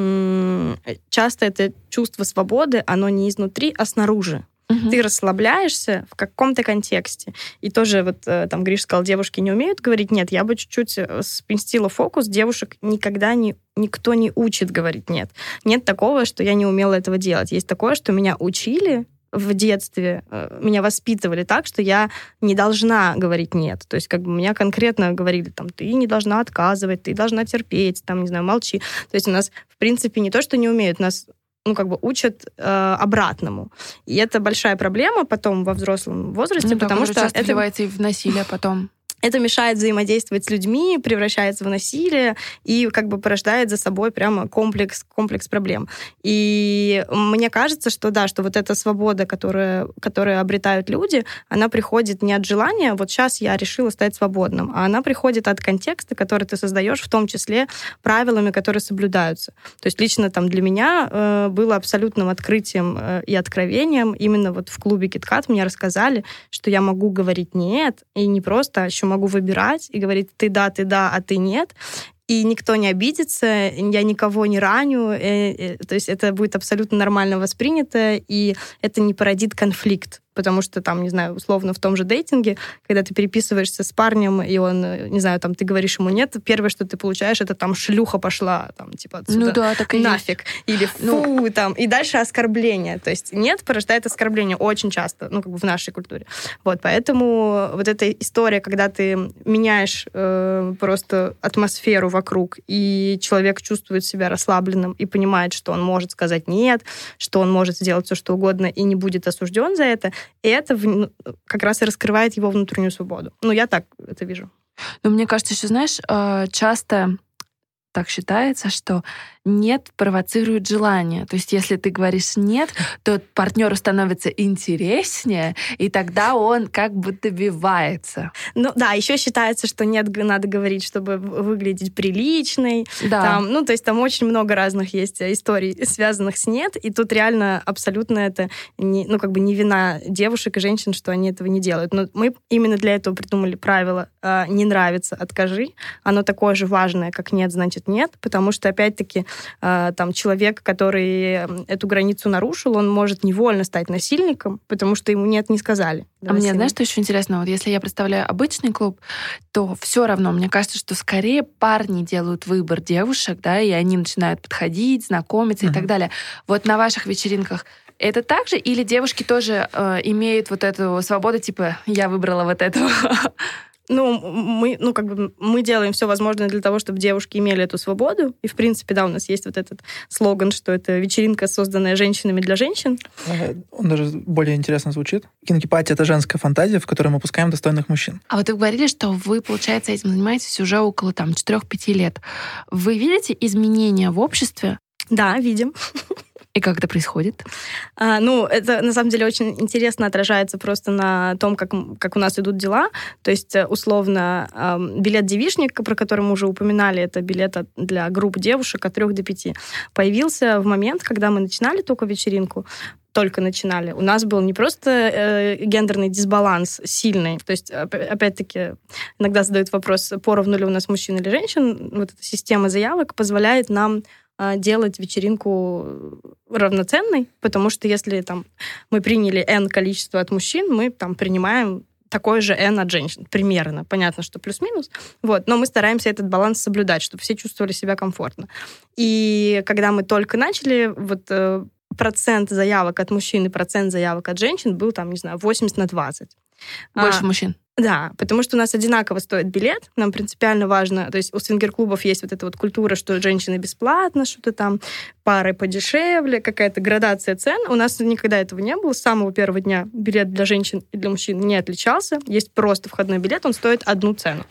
часто это чувство свободы, оно не изнутри, а снаружи. Ты расслабляешься в каком-то контексте. И тоже там Гриш сказал, девушки не умеют говорить нет. Я бы чуть-чуть сместила фокус. Девушек никогда никто не учит говорить нет. Нет такого, что я не умела этого делать. Есть такое, что меня учили в детстве, меня воспитывали так, что я не должна говорить нет. То есть меня конкретно говорили, там, ты не должна отказывать, ты должна терпеть, там, не знаю, молчи. То есть у нас, в принципе, не то, что не умеют, нас учат обратному. И это большая проблема потом во взрослом возрасте, потому что это вливается и в насилие потом. Это мешает взаимодействовать с людьми, превращается в насилие и порождает за собой прямо комплекс проблем. И мне кажется, что да, что вот эта свобода, которую обретают люди, она приходит не от желания, вот сейчас я решила стать свободным, а она приходит от контекста, который ты создаешь, в том числе правилами, которые соблюдаются. То есть лично там для меня было абсолютным открытием и откровением именно в клубе KitKat мне рассказали, что я могу говорить «нет», и не просто, а еще могу выбирать и говорить ты да, а ты нет. И никто не обидится, я никого не раню. То есть это будет абсолютно нормально воспринято, и это не породит конфликт. Потому что там, не знаю, условно в том же дейтинге, когда ты переписываешься с парнем, и он, не знаю, там ты говоришь ему нет, первое, что ты получаешь, это там шлюха пошла, там, типа отсюда нафиг. Или фу, там. И дальше оскорбление. То есть нет порождает оскорбление очень часто, в нашей культуре. Вот, поэтому вот эта история, когда ты меняешь просто атмосферу вокруг, и человек чувствует себя расслабленным и понимает, что он может сказать нет, что он может сделать все, что угодно, и не будет осужден за это, и это как раз и раскрывает его внутреннюю свободу. Я так это вижу. Но мне кажется, еще, знаешь, часто так считается, что нет провоцирует желание. То есть если ты говоришь нет, то партнеру становится интереснее, и тогда он как бы добивается. Ну да, еще считается, что нет, надо говорить, чтобы выглядеть приличной. Да. Там, ну, то есть там очень много разных есть историй, связанных с нет, и тут реально абсолютно это не, ну, как бы не вина девушек и женщин, что они этого не делают. Но мы именно для этого придумали правило «не нравится, откажи». Оно такое же важное, как «нет, значит нет», потому что, опять-таки, там человек, который эту границу нарушил, он может невольно стать насильником, потому что ему «нет» не сказали. А мне, знаешь, что еще интересно? Вот если я представляю обычный клуб, то все равно, мне кажется, что скорее парни делают выбор девушек, да, и они начинают подходить, знакомиться и так далее. Вот на ваших вечеринках это так же? Или девушки тоже имеют вот эту свободу, типа, я выбрала вот этого? Ну, мы делаем все возможное для того, чтобы девушки имели эту свободу. И, в принципе, да, у нас есть вот этот слоган, что это вечеринка, созданная женщинами для женщин. Он даже более интересно звучит. Кинкипати — это женская фантазия, в которой мы пускаем достойных мужчин. А вот вы говорили, что вы, получается, этим занимаетесь уже около 4-5 лет. Вы видите изменения в обществе? Да, видим. И как это происходит? Ну, это, на самом деле, очень интересно отражается просто на том, как у нас идут дела. То есть, условно, билет «Девичник», про который мы уже упоминали, это билет для групп девушек от 3 до 5, появился в момент, когда мы начинали только вечеринку, только начинали. У нас был не просто гендерный дисбаланс сильный, то есть, опять-таки, иногда задают вопрос, поровну ли у нас мужчин или женщин. Вот эта система заявок позволяет нам делать вечеринку равноценной, потому что если там мы приняли N количество от мужчин, мы там принимаем такое же N от женщин, примерно. Понятно, что плюс-минус. Вот. Но мы стараемся этот баланс соблюдать, чтобы все чувствовали себя комфортно. И когда мы только начали, вот процент заявок от мужчин и процент заявок от женщин был, там, не знаю, 80/20. Больше мужчин? Да, потому что у нас одинаково стоит билет, нам принципиально важно, то есть у свингер-клубов есть вот эта вот культура, что женщины бесплатно, что-то там, пары подешевле, какая-то градация цен. У нас никогда этого не было. С самого первого дня билет для женщин и для мужчин не отличался. Есть просто входной билет, он стоит одну цену.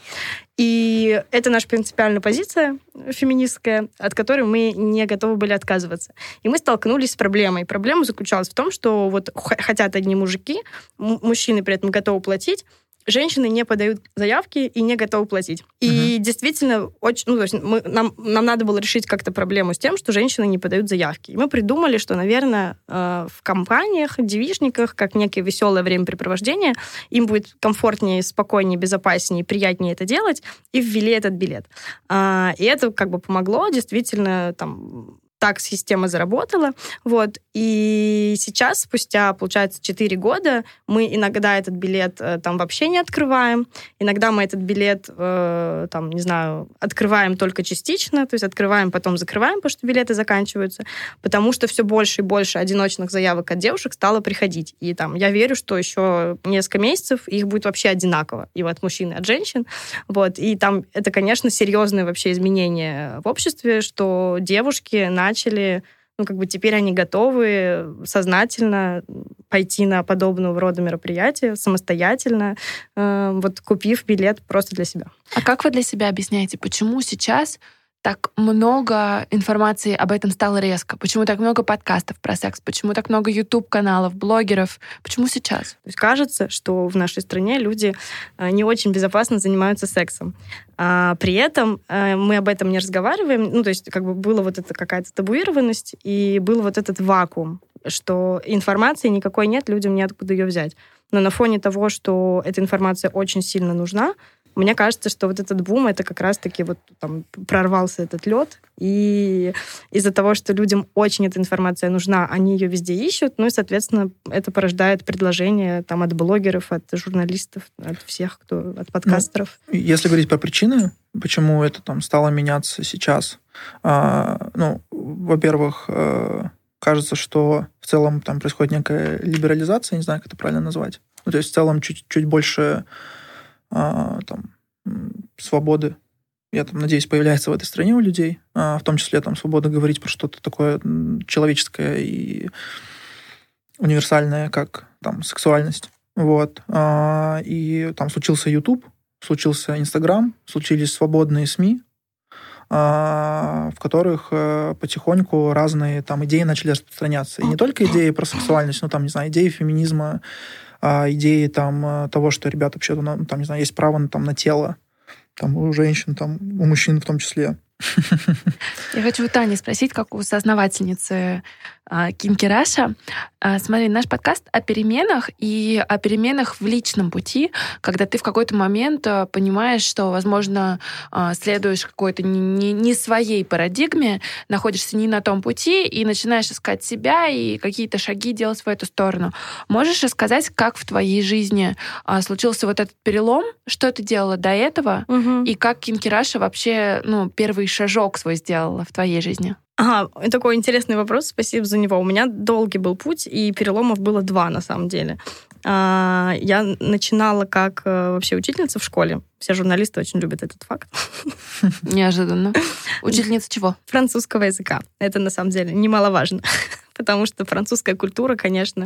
И это наша принципиальная позиция феминистская, от которой мы не готовы были отказываться. И мы столкнулись с проблемой. Проблема заключалась в том, что вот хотят одни мужики, мужчины при этом готовы платить, женщины не подают заявки и не готовы платить. И действительно, очень, то есть нам надо было решить как-то проблему с тем, что женщины не подают заявки. И мы придумали, что, наверное, в компаниях, девичниках, как некое веселое времяпрепровождение, им будет комфортнее, спокойнее, безопаснее, приятнее это делать, и ввели этот билет. И это как бы помогло, действительно, там, так система заработала. Вот. И сейчас, спустя, получается, 4 года, мы иногда этот билет там вообще не открываем. Иногда мы этот билет, там, не знаю, открываем только частично, то есть открываем, потом закрываем, потому что билеты заканчиваются, потому что все больше и больше одиночных заявок от девушек стало приходить. И там я верю, что еще несколько месяцев их будет вообще одинаково. И от мужчин, и от женщин. Вот. И там это, конечно, серьезные вообще изменения в обществе, что девушки начали, ну, как бы теперь они готовы сознательно пойти на подобного рода мероприятия самостоятельно, вот купив билет просто для себя. А как вы для себя объясняете, почему сейчас так много информации об этом стало резко? Почему так много подкастов про секс? Почему так много YouTube-каналов, блогеров? Почему сейчас? То есть кажется, что в нашей стране люди не очень безопасно занимаются сексом. При этом мы об этом не разговариваем. Ну, то есть как бы была вот эта какая-то табуированность, и был вот этот вакуум, что информации никакой нет, людям неоткуда ее взять. Но на фоне того, что эта информация очень сильно нужна, мне кажется, что вот этот бум, это как раз-таки вот там прорвался этот лед, и из-за того, что людям очень эта информация нужна, они ее везде ищут, ну и, соответственно, это порождает предложения там от блогеров, от журналистов, от всех, кто, от подкастеров. Ну, если говорить про причины, почему это там стало меняться сейчас, ну, во-первых, кажется, что в целом там происходит некая либерализация, не знаю, как это правильно назвать. Ну, то есть в целом чуть больше там, свободы, я там надеюсь, появляется в этой стране у людей, в том числе там свобода говорить про что-то такое человеческое и универсальное, как там сексуальность. Вот. И там случился YouTube, случился Instagram, случились свободные СМИ, в которых потихоньку разные там идеи начали распространяться. И не только идеи про сексуальность, но там, не знаю, идеи феминизма, идеи там того, что ребята вообще-то, там, не знаю, есть право там, на тело, там, у женщин, там, у мужчин в том числе. Я хочу у Тани спросить, как у соосновательницы Kinky Russia. Смотри, наш подкаст о переменах и о переменах в личном пути, когда ты в какой-то момент понимаешь, что, возможно, следуешь какой-то не своей парадигме, находишься не на том пути и начинаешь искать себя и какие-то шаги делать в эту сторону. Можешь рассказать, как в твоей жизни случился вот этот перелом, что ты делала до этого, и как Kinky Russia вообще первый шажок свой сделала в твоей жизни? Ага, такой интересный вопрос, спасибо за него. У меня долгий был путь, и переломов было 2, на самом деле. Я начинала как вообще учительница в школе. Все журналисты очень любят этот факт. Неожиданно. Учительница чего? Французского языка. Это, на самом деле, немаловажно. Потому что французская культура, конечно,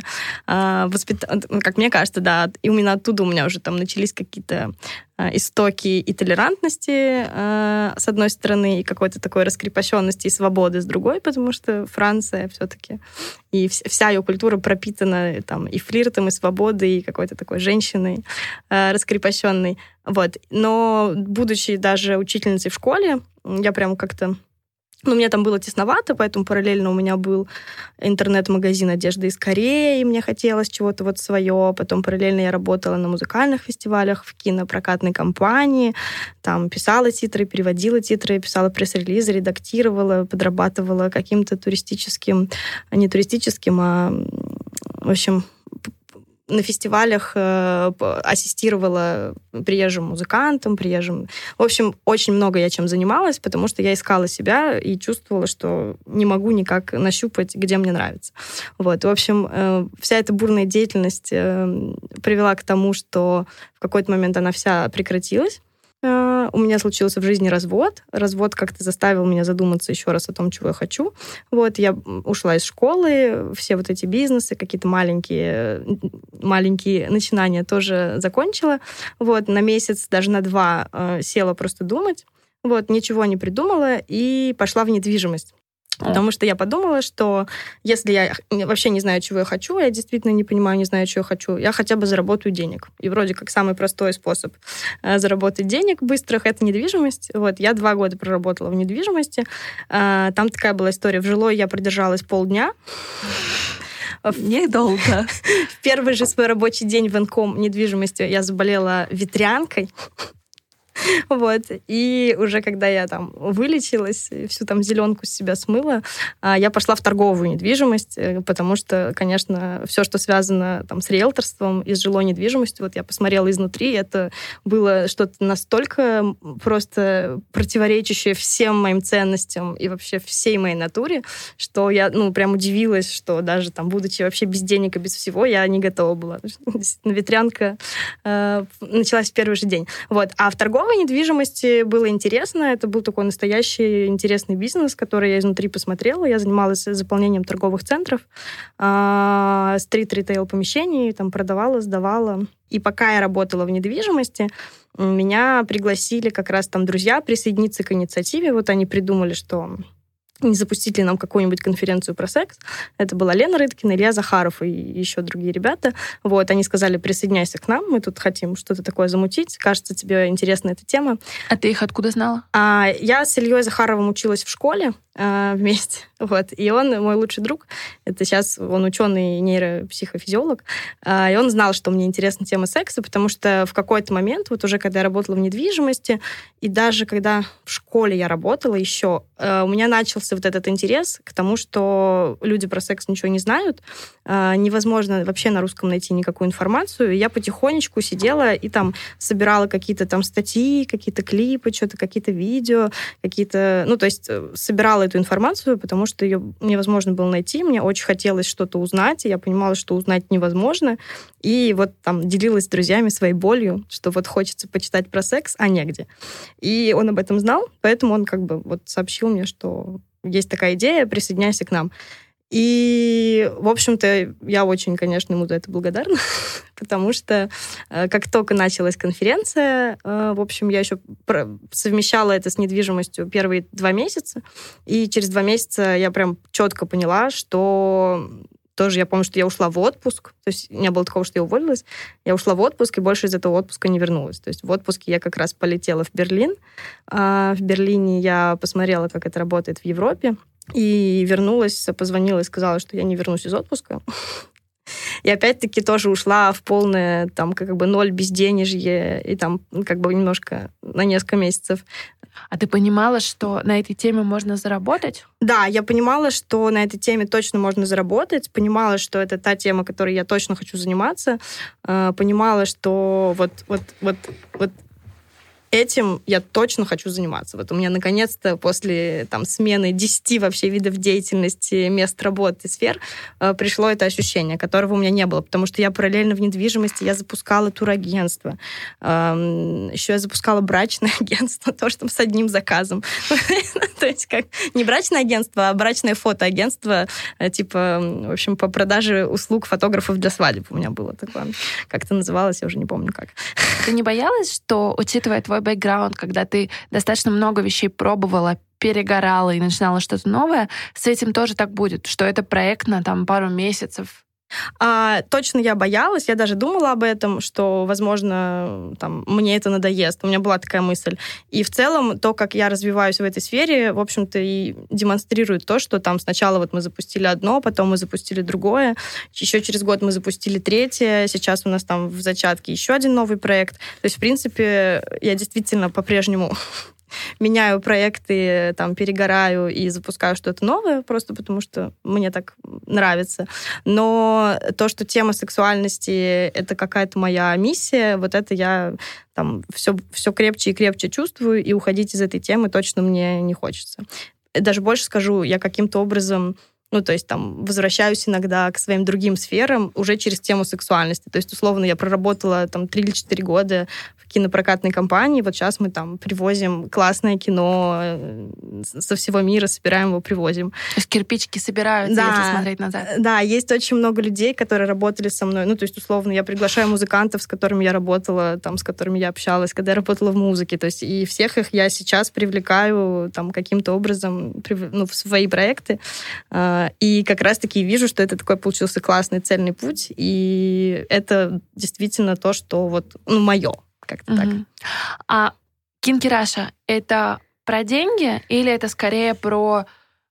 как мне кажется, да, именно оттуда у меня уже там начались какие-то истоки и толерантности, с одной стороны, и какой-то такой раскрепощенности и свободы с другой, потому что Франция все-таки, и вся ее культура пропитана там и флиртом, и свободой, и какой-то такой женщиной раскрепощенной. Вот. Но, будучи даже учительницей в школе, я прям как-то... мне там было тесновато, поэтому параллельно у меня был интернет-магазин одежды из Кореи, и мне хотелось чего-то вот свое. Потом параллельно я работала на музыкальных фестивалях, в кинопрокатной компании, там писала титры, переводила титры, писала пресс-релизы, редактировала, подрабатывала каким-то туристическим, не туристическим, а, в общем, на фестивалях ассистировала приезжим музыкантам, приезжим... В общем, очень много я чем занималась, потому что я искала себя и чувствовала, что не могу никак нащупать, где мне нравится. Вот. В общем, вся эта бурная деятельность привела к тому, что в какой-то момент она вся прекратилась. У меня случился в жизни развод. Развод как-то заставил меня задуматься еще раз о том, чего я хочу. Вот, я ушла из школы, все вот эти бизнесы, какие-то маленькие начинания тоже закончила. Вот, на месяц, даже на 2 села просто думать. Вот, ничего не придумала и пошла в недвижимость. Потому что я подумала, что если я вообще не знаю, чего я хочу, я действительно не понимаю, не знаю, чего я хочу, я хотя бы заработаю денег. И вроде как самый простой способ заработать денег быстрых — это недвижимость. Вот, я 2 года проработала в недвижимости. Там такая была история. В жилой я продержалась полдня. Недолго. В первый же свой рабочий день в Инком недвижимости я заболела ветрянкой. Вот. И уже когда я там вылечилась, всю там зеленку с себя смыла, я пошла в торговую недвижимость, потому что, конечно, все, что связано там с риэлторством и с жилой недвижимостью, вот я посмотрела изнутри, это было что-то настолько просто противоречащее всем моим ценностям и вообще всей моей натуре, что я, прям удивилась, что даже там, будучи вообще без денег и без всего, я не готова была. Ветрянка началась в первый же день. Вот. А в торговой недвижимости было интересно. Это был такой настоящий интересный бизнес, который я изнутри посмотрела. Я занималась заполнением торговых центров, стрит-ритейл помещений, там продавала, сдавала. И пока я работала в недвижимости, меня пригласили как раз там друзья присоединиться к инициативе. Вот они придумали, что не запустить ли нам какую-нибудь конференцию про секс. Это была Лена Рыдкина, Илья Захаров и еще другие ребята. Вот, они сказали, присоединяйся к нам, мы тут хотим что-то такое замутить. Кажется, тебе интересна эта тема. А ты их откуда знала? Я с Ильей Захаровым училась в школе вместе. Вот. И он мой лучший друг. Это сейчас он ученый нейропсихофизиолог. И он знал, что мне интересна тема секса, потому что в какой-то момент, вот уже когда я работала в недвижимости, и даже когда в школе я работала еще, у меня начался вот этот интерес к тому, что люди про секс ничего не знают. Невозможно вообще на русском найти никакую информацию. И я потихонечку сидела и там собирала какие-то там статьи, какие-то клипы, что-то, какие-то видео, какие-то... то есть собирала эту информацию, потому что ее невозможно было найти. Мне очень хотелось что-то узнать, и я понимала, что узнать невозможно. И вот там делилась с друзьями своей болью, что вот хочется почитать про секс, а негде. И он об этом знал, поэтому он как бы вот сообщил мне, что есть такая идея, присоединяйся к нам. И, в общем-то, я очень, конечно, ему за это благодарна, потому что как только началась конференция, в общем, я еще совмещала это с недвижимостью первые 2 месяца, и через 2 месяца я прям четко поняла, что тоже я помню, что я ушла в отпуск, то есть не было такого, что я уволилась, я ушла в отпуск и больше из этого отпуска не вернулась. То есть в отпуске я как раз полетела в Берлин, в Берлине я посмотрела, как это работает в Европе, и вернулась, позвонила и сказала, что я не вернусь из отпуска. И опять-таки тоже ушла в полное там как бы ноль безденежье и там как бы немножко на несколько месяцев. А ты понимала, что на этой теме можно заработать? Да, я понимала, что на этой теме точно можно заработать, понимала, что это та тема, которой я точно хочу заниматься, понимала, что вот этим я точно хочу заниматься. Вот у меня наконец-то после там, смены 10 вообще видов деятельности, мест работы, сфер, пришло это ощущение, которого у меня не было, потому что я параллельно в недвижимости, я запускала турагентство, еще я запускала брачное агентство, тоже там с одним заказом. То есть как не брачное агентство, а брачное фотоагентство, типа, в общем, по продаже услуг фотографов для свадеб у меня было такое. Как это называлось, я уже не помню как. Ты не боялась, что, учитывая твой бэкграунд, когда ты достаточно много вещей пробовала, перегорала и начинала что-то новое, с этим тоже так будет, что это проект на там пару месяцев? Точно я боялась, я даже думала об этом, что, возможно, там, мне это надоест. У меня была такая мысль. И в целом то, как я развиваюсь в этой сфере, в общем-то, и демонстрирует то, что там сначала вот мы запустили одно, потом мы запустили другое, еще через год мы запустили третье, сейчас у нас там в зачатке еще один новый проект. То есть, в принципе, я действительно по-прежнему меняю проекты, там, перегораю и запускаю что-то новое, просто потому что мне так нравится. Но то, что тема сексуальности — это какая-то моя миссия, вот это я там все крепче и крепче чувствую, и уходить из этой темы точно мне не хочется. Даже больше скажу, я каким-то образом... то есть там возвращаюсь иногда к своим другим сферам уже через тему сексуальности. То есть, условно, я проработала там 3 или 4 года в кинопрокатной компании. Вот сейчас мы там привозим классное кино со всего мира, собираем его, привозим. То есть кирпичики собираются, если смотреть назад. Да, есть очень много людей, которые работали со мной. То есть, условно, я приглашаю музыкантов, с которыми я работала, там, с которыми я общалась, когда я работала в музыке. То есть, и всех их я сейчас привлекаю там каким-то образом в свои проекты. И как раз-таки вижу, что это такой получился классный, цельный путь, и это действительно то, что вот, мое, как-то так. А Kinky Russia — это про деньги или это скорее про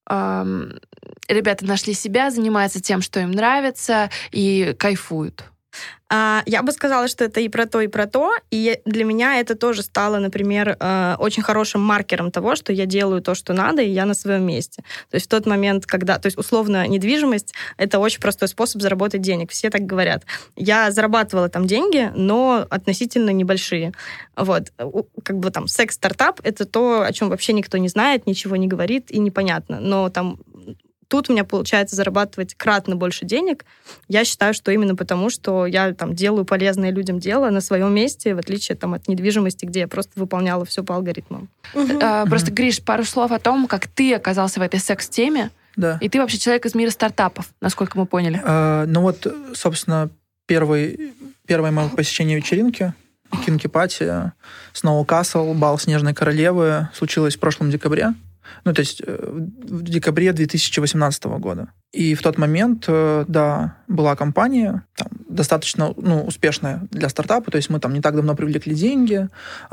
ребята нашли себя, занимаются тем, что им нравится, и кайфуют? Я бы сказала, что это и про то, и для меня это тоже стало, например, очень хорошим маркером того, что я делаю то, что надо, и я на своем месте. То есть в тот момент, когда... То есть, условно, недвижимость — это очень простой способ заработать денег. Все так говорят. Я зарабатывала там деньги, но относительно небольшие. Вот. Как бы там секс-стартап — это то, о чем вообще никто не знает, ничего не говорит и непонятно. Но там... Тут у меня получается зарабатывать кратно больше денег. Я считаю, что именно потому, что я там делаю полезное людям дело на своем месте, в отличие там, от недвижимости, где я просто выполняла все по алгоритмам. Просто, Гриш, пару слов о том, как ты оказался в этой секс-теме. Да. И ты вообще человек из мира стартапов, насколько мы поняли. Собственно, первое мое посещение вечеринки, кинки-пати, Сноу Касл, бал Снежной Королевы, случилось в прошлом декабре. То есть в декабре 2018 года. И в тот момент, да, была компания там, достаточно успешная для стартапа. То есть мы там не так давно привлекли деньги.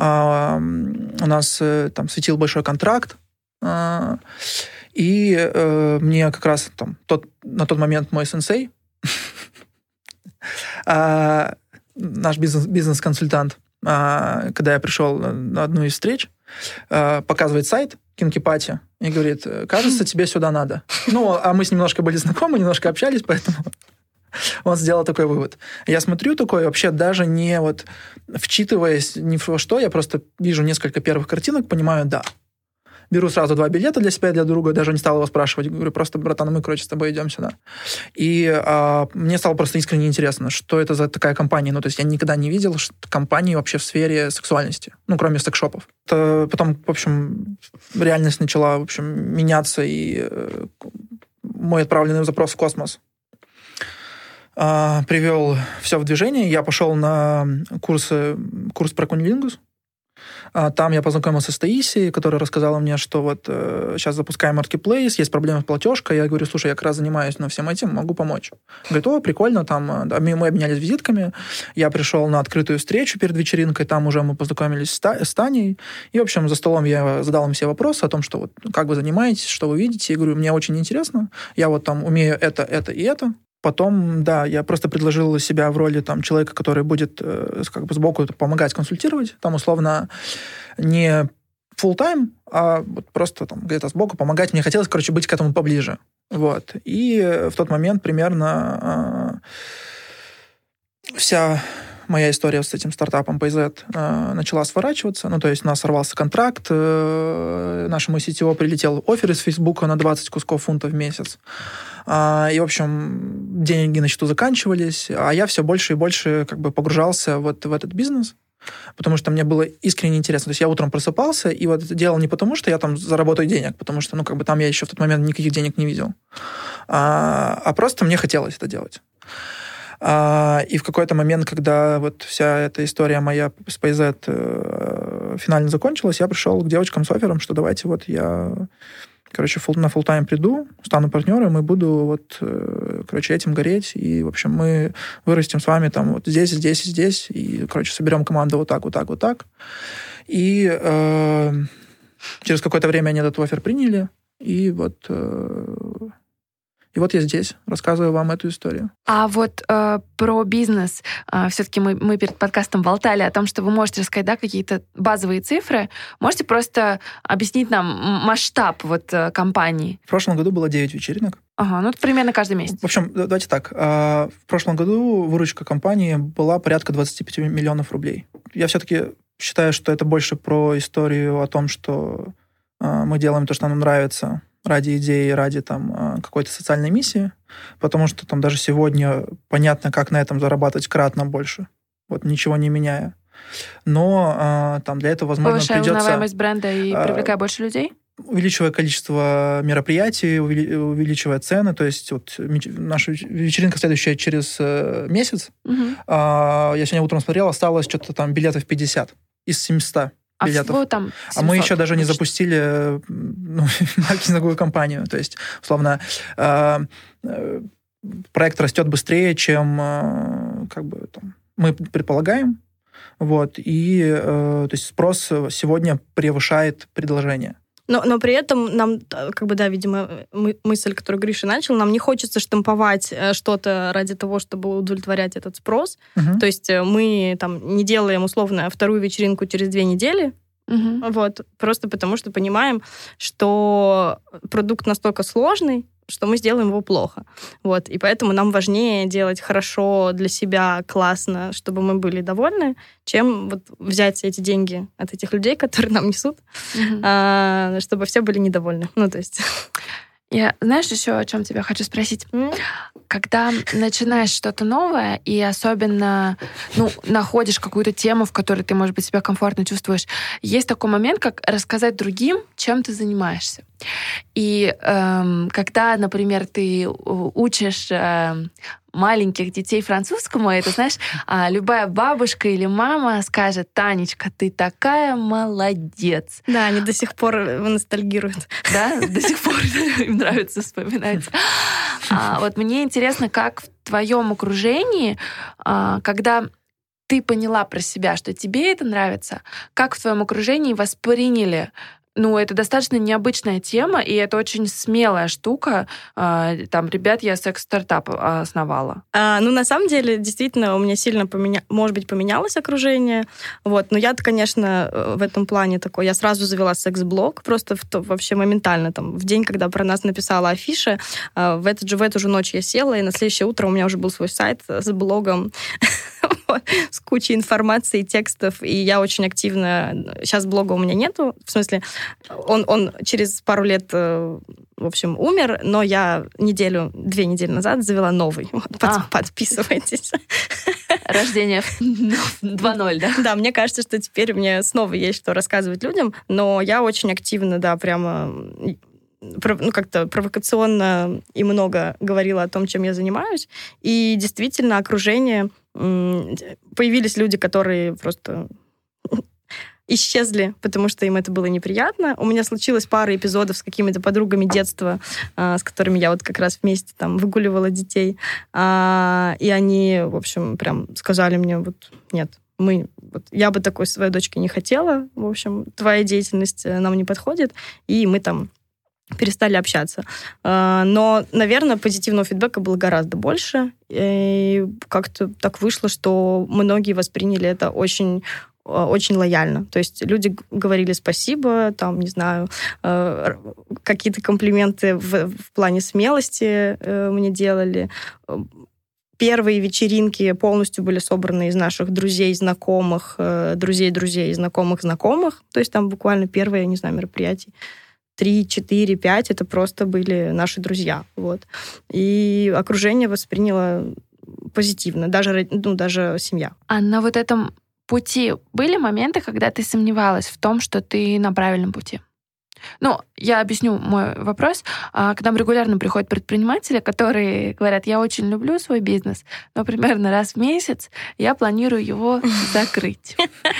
У нас там светил большой контракт. И мне как раз там, на тот момент мой сенсей, наш бизнес-консультант, когда я пришел на одну из встреч, показывает сайт кинки-пати и говорит: кажется, тебе сюда надо. А мы с ним немножко были знакомы, немножко общались, поэтому он сделал такой вывод. Я смотрю такой, вообще даже не вчитываясь ни во что, я просто вижу несколько первых картинок, понимаю, да. Беру сразу 2 билета для себя и для друга, даже не стал его спрашивать. Говорю: просто, братан, мы, с тобой идем сюда. И мне стало просто искренне интересно, что это за такая компания. То есть я никогда не видел компании вообще в сфере сексуальности, кроме секс-шопов. Потом, в общем, реальность начала, в общем, меняться, и мой отправленный запрос в космос привел все в движение. Я пошел на курс про кунилингус. Там я познакомился с Таисией, которая рассказала мне, что вот сейчас запускаем маркетплейс, есть проблемы с платежкой. Я говорю, слушай, я как раз занимаюсь всем этим, могу помочь. Говорит, прикольно, там мы обменялись визитками. Я пришел на открытую встречу перед вечеринкой, там уже мы познакомились с Таней. И, в общем, за столом я задал им все вопросы о том, что вот как вы занимаетесь, что вы видите. Я говорю, мне очень интересно, я вот там умею это и это. Потом, да, я просто предложил себя в роли там, человека, который будет как бы сбоку помогать, консультировать. Там, условно, не full-time, а вот просто там где-то сбоку помогать. Мне хотелось, быть к этому поближе. Вот. И в тот момент примерно вся моя история с этим стартапом PayZ начала сворачиваться. Ну, то есть у нас сорвался контракт, нашему CTO прилетел оффер из Фейсбука на 20 кусков фунтов в месяц. И, в общем, деньги на счету заканчивались, а я все больше и больше как бы погружался вот в этот бизнес, потому что мне было искренне интересно. То есть я утром просыпался и вот делал не потому, что я там заработаю денег, потому что, там я еще в тот момент никаких денег не видел, а просто мне хотелось это делать. И в какой-то момент, когда вот вся эта история моя с PayZ финально закончилась, я пришел к девочкам с оффером, что давайте вот я... на фулл-тайм приду, стану партнером и буду этим гореть. И, в общем, мы вырастем с вами там вот здесь, здесь и здесь. И, соберем команду вот так. И через какое-то время они этот оффер приняли. И вот я здесь, рассказываю вам эту историю. А вот про бизнес. Все-таки мы перед подкастом болтали о том, что вы можете рассказать, да, какие-то базовые цифры. Можете просто объяснить нам масштаб компании? В прошлом году было 9 вечеринок. Ага, это примерно каждый месяц. В общем, давайте так. В прошлом году выручка компании была порядка 25 миллионов рублей. Я все-таки считаю, что это больше про историю о том, что мы делаем то, что нам нравится, ради идеи, ради какой-то социальной миссии, потому что там даже сегодня понятно, как на этом зарабатывать кратно больше, ничего не меняя. Но для этого, возможно, повышая придется... узнаваемость бренда и привлекая больше людей? Увеличивая количество мероприятий, увеличивая цены. То есть наша вечеринка следующая через месяц. Угу. Я сегодня утром смотрел, осталось что-то там билетов 50 из 700. Билетов. Всего там 700, мы еще даже не запустили маркетинговую кампанию. То есть, условно, проект растет быстрее, чем мы предполагаем. И то есть спрос сегодня превышает предложение. Но при этом нам, видимо, мысль, которую Гриша начал, нам не хочется штамповать что-то ради того, чтобы удовлетворять этот спрос. Uh-huh. То есть мы не делаем, условно, вторую вечеринку через 2 недели, просто потому что понимаем, что продукт настолько сложный, что мы сделаем его плохо. И поэтому нам важнее делать хорошо для себя, классно, чтобы мы были довольны, чем взять эти деньги от этих людей, которые нам несут, чтобы все были недовольны. Я, знаешь, еще о чем тебя хочу спросить? Когда начинаешь что-то новое, и особенно находишь какую-то тему, в которой ты, может быть, себя комфортно чувствуешь, есть такой момент, как рассказать другим, чем ты занимаешься. И когда, например, ты учишь маленьких детей французскому, это, знаешь, любая бабушка или мама скажет: «Танечка, ты такая молодец». Да, они до сих пор ностальгируют. Да, до сих пор им нравится вспоминать. Мне интересно, как в твоем окружении, когда ты поняла про себя, что тебе это нравится, как в твоем окружении восприняли? Это достаточно необычная тема, и это очень смелая штука. Ребят, я секс-стартап основала. На самом деле, действительно, у меня сильно поменялось окружение. Но я-то, конечно, в этом плане такой. Я сразу завела секс-блог, просто вообще моментально. В день, когда про нас написала афиша, в эту же ночь я села, и на следующее утро у меня уже был свой сайт с блогом, с кучей информации, текстов, и я очень активно... Сейчас блога у меня нету, в смысле, он через пару лет, в общем, умер, но я 2 недели назад завела новый. Подписывайтесь. Рождение 2.0, да? Да, мне кажется, что теперь мне снова есть что рассказывать людям, но я очень активно, прямо как-то провокационно и много говорила о том, чем я занимаюсь. И действительно, окружение... Появились люди, которые просто исчезли, потому что им это было неприятно. У меня случилось пара эпизодов с какими-то подругами детства, с которыми я вот как раз вместе там выгуливала детей. И они, в общем, прям сказали мне, вот нет, я бы такой своей дочке не хотела, в общем, твоя деятельность нам не подходит, и мы там перестали общаться. Но, наверное, позитивного фидбэка было гораздо больше, и как-то так вышло, что многие восприняли это очень очень лояльно. То есть люди говорили спасибо, там, не знаю, какие-то комплименты в плане смелости мне делали. Первые вечеринки полностью были собраны из наших друзей, знакомых, друзей, знакомых. То есть там буквально первые, я не знаю, мероприятия 3, 4, 5, это просто были наши друзья. Вот. И окружение восприняло позитивно, даже семья. А на вот этом пути были моменты, когда ты сомневалась в том, что ты на правильном пути? Ну, я объясню мой вопрос. К нам регулярно приходят предприниматели, которые говорят, я очень люблю свой бизнес, но примерно раз в месяц я планирую его закрыть.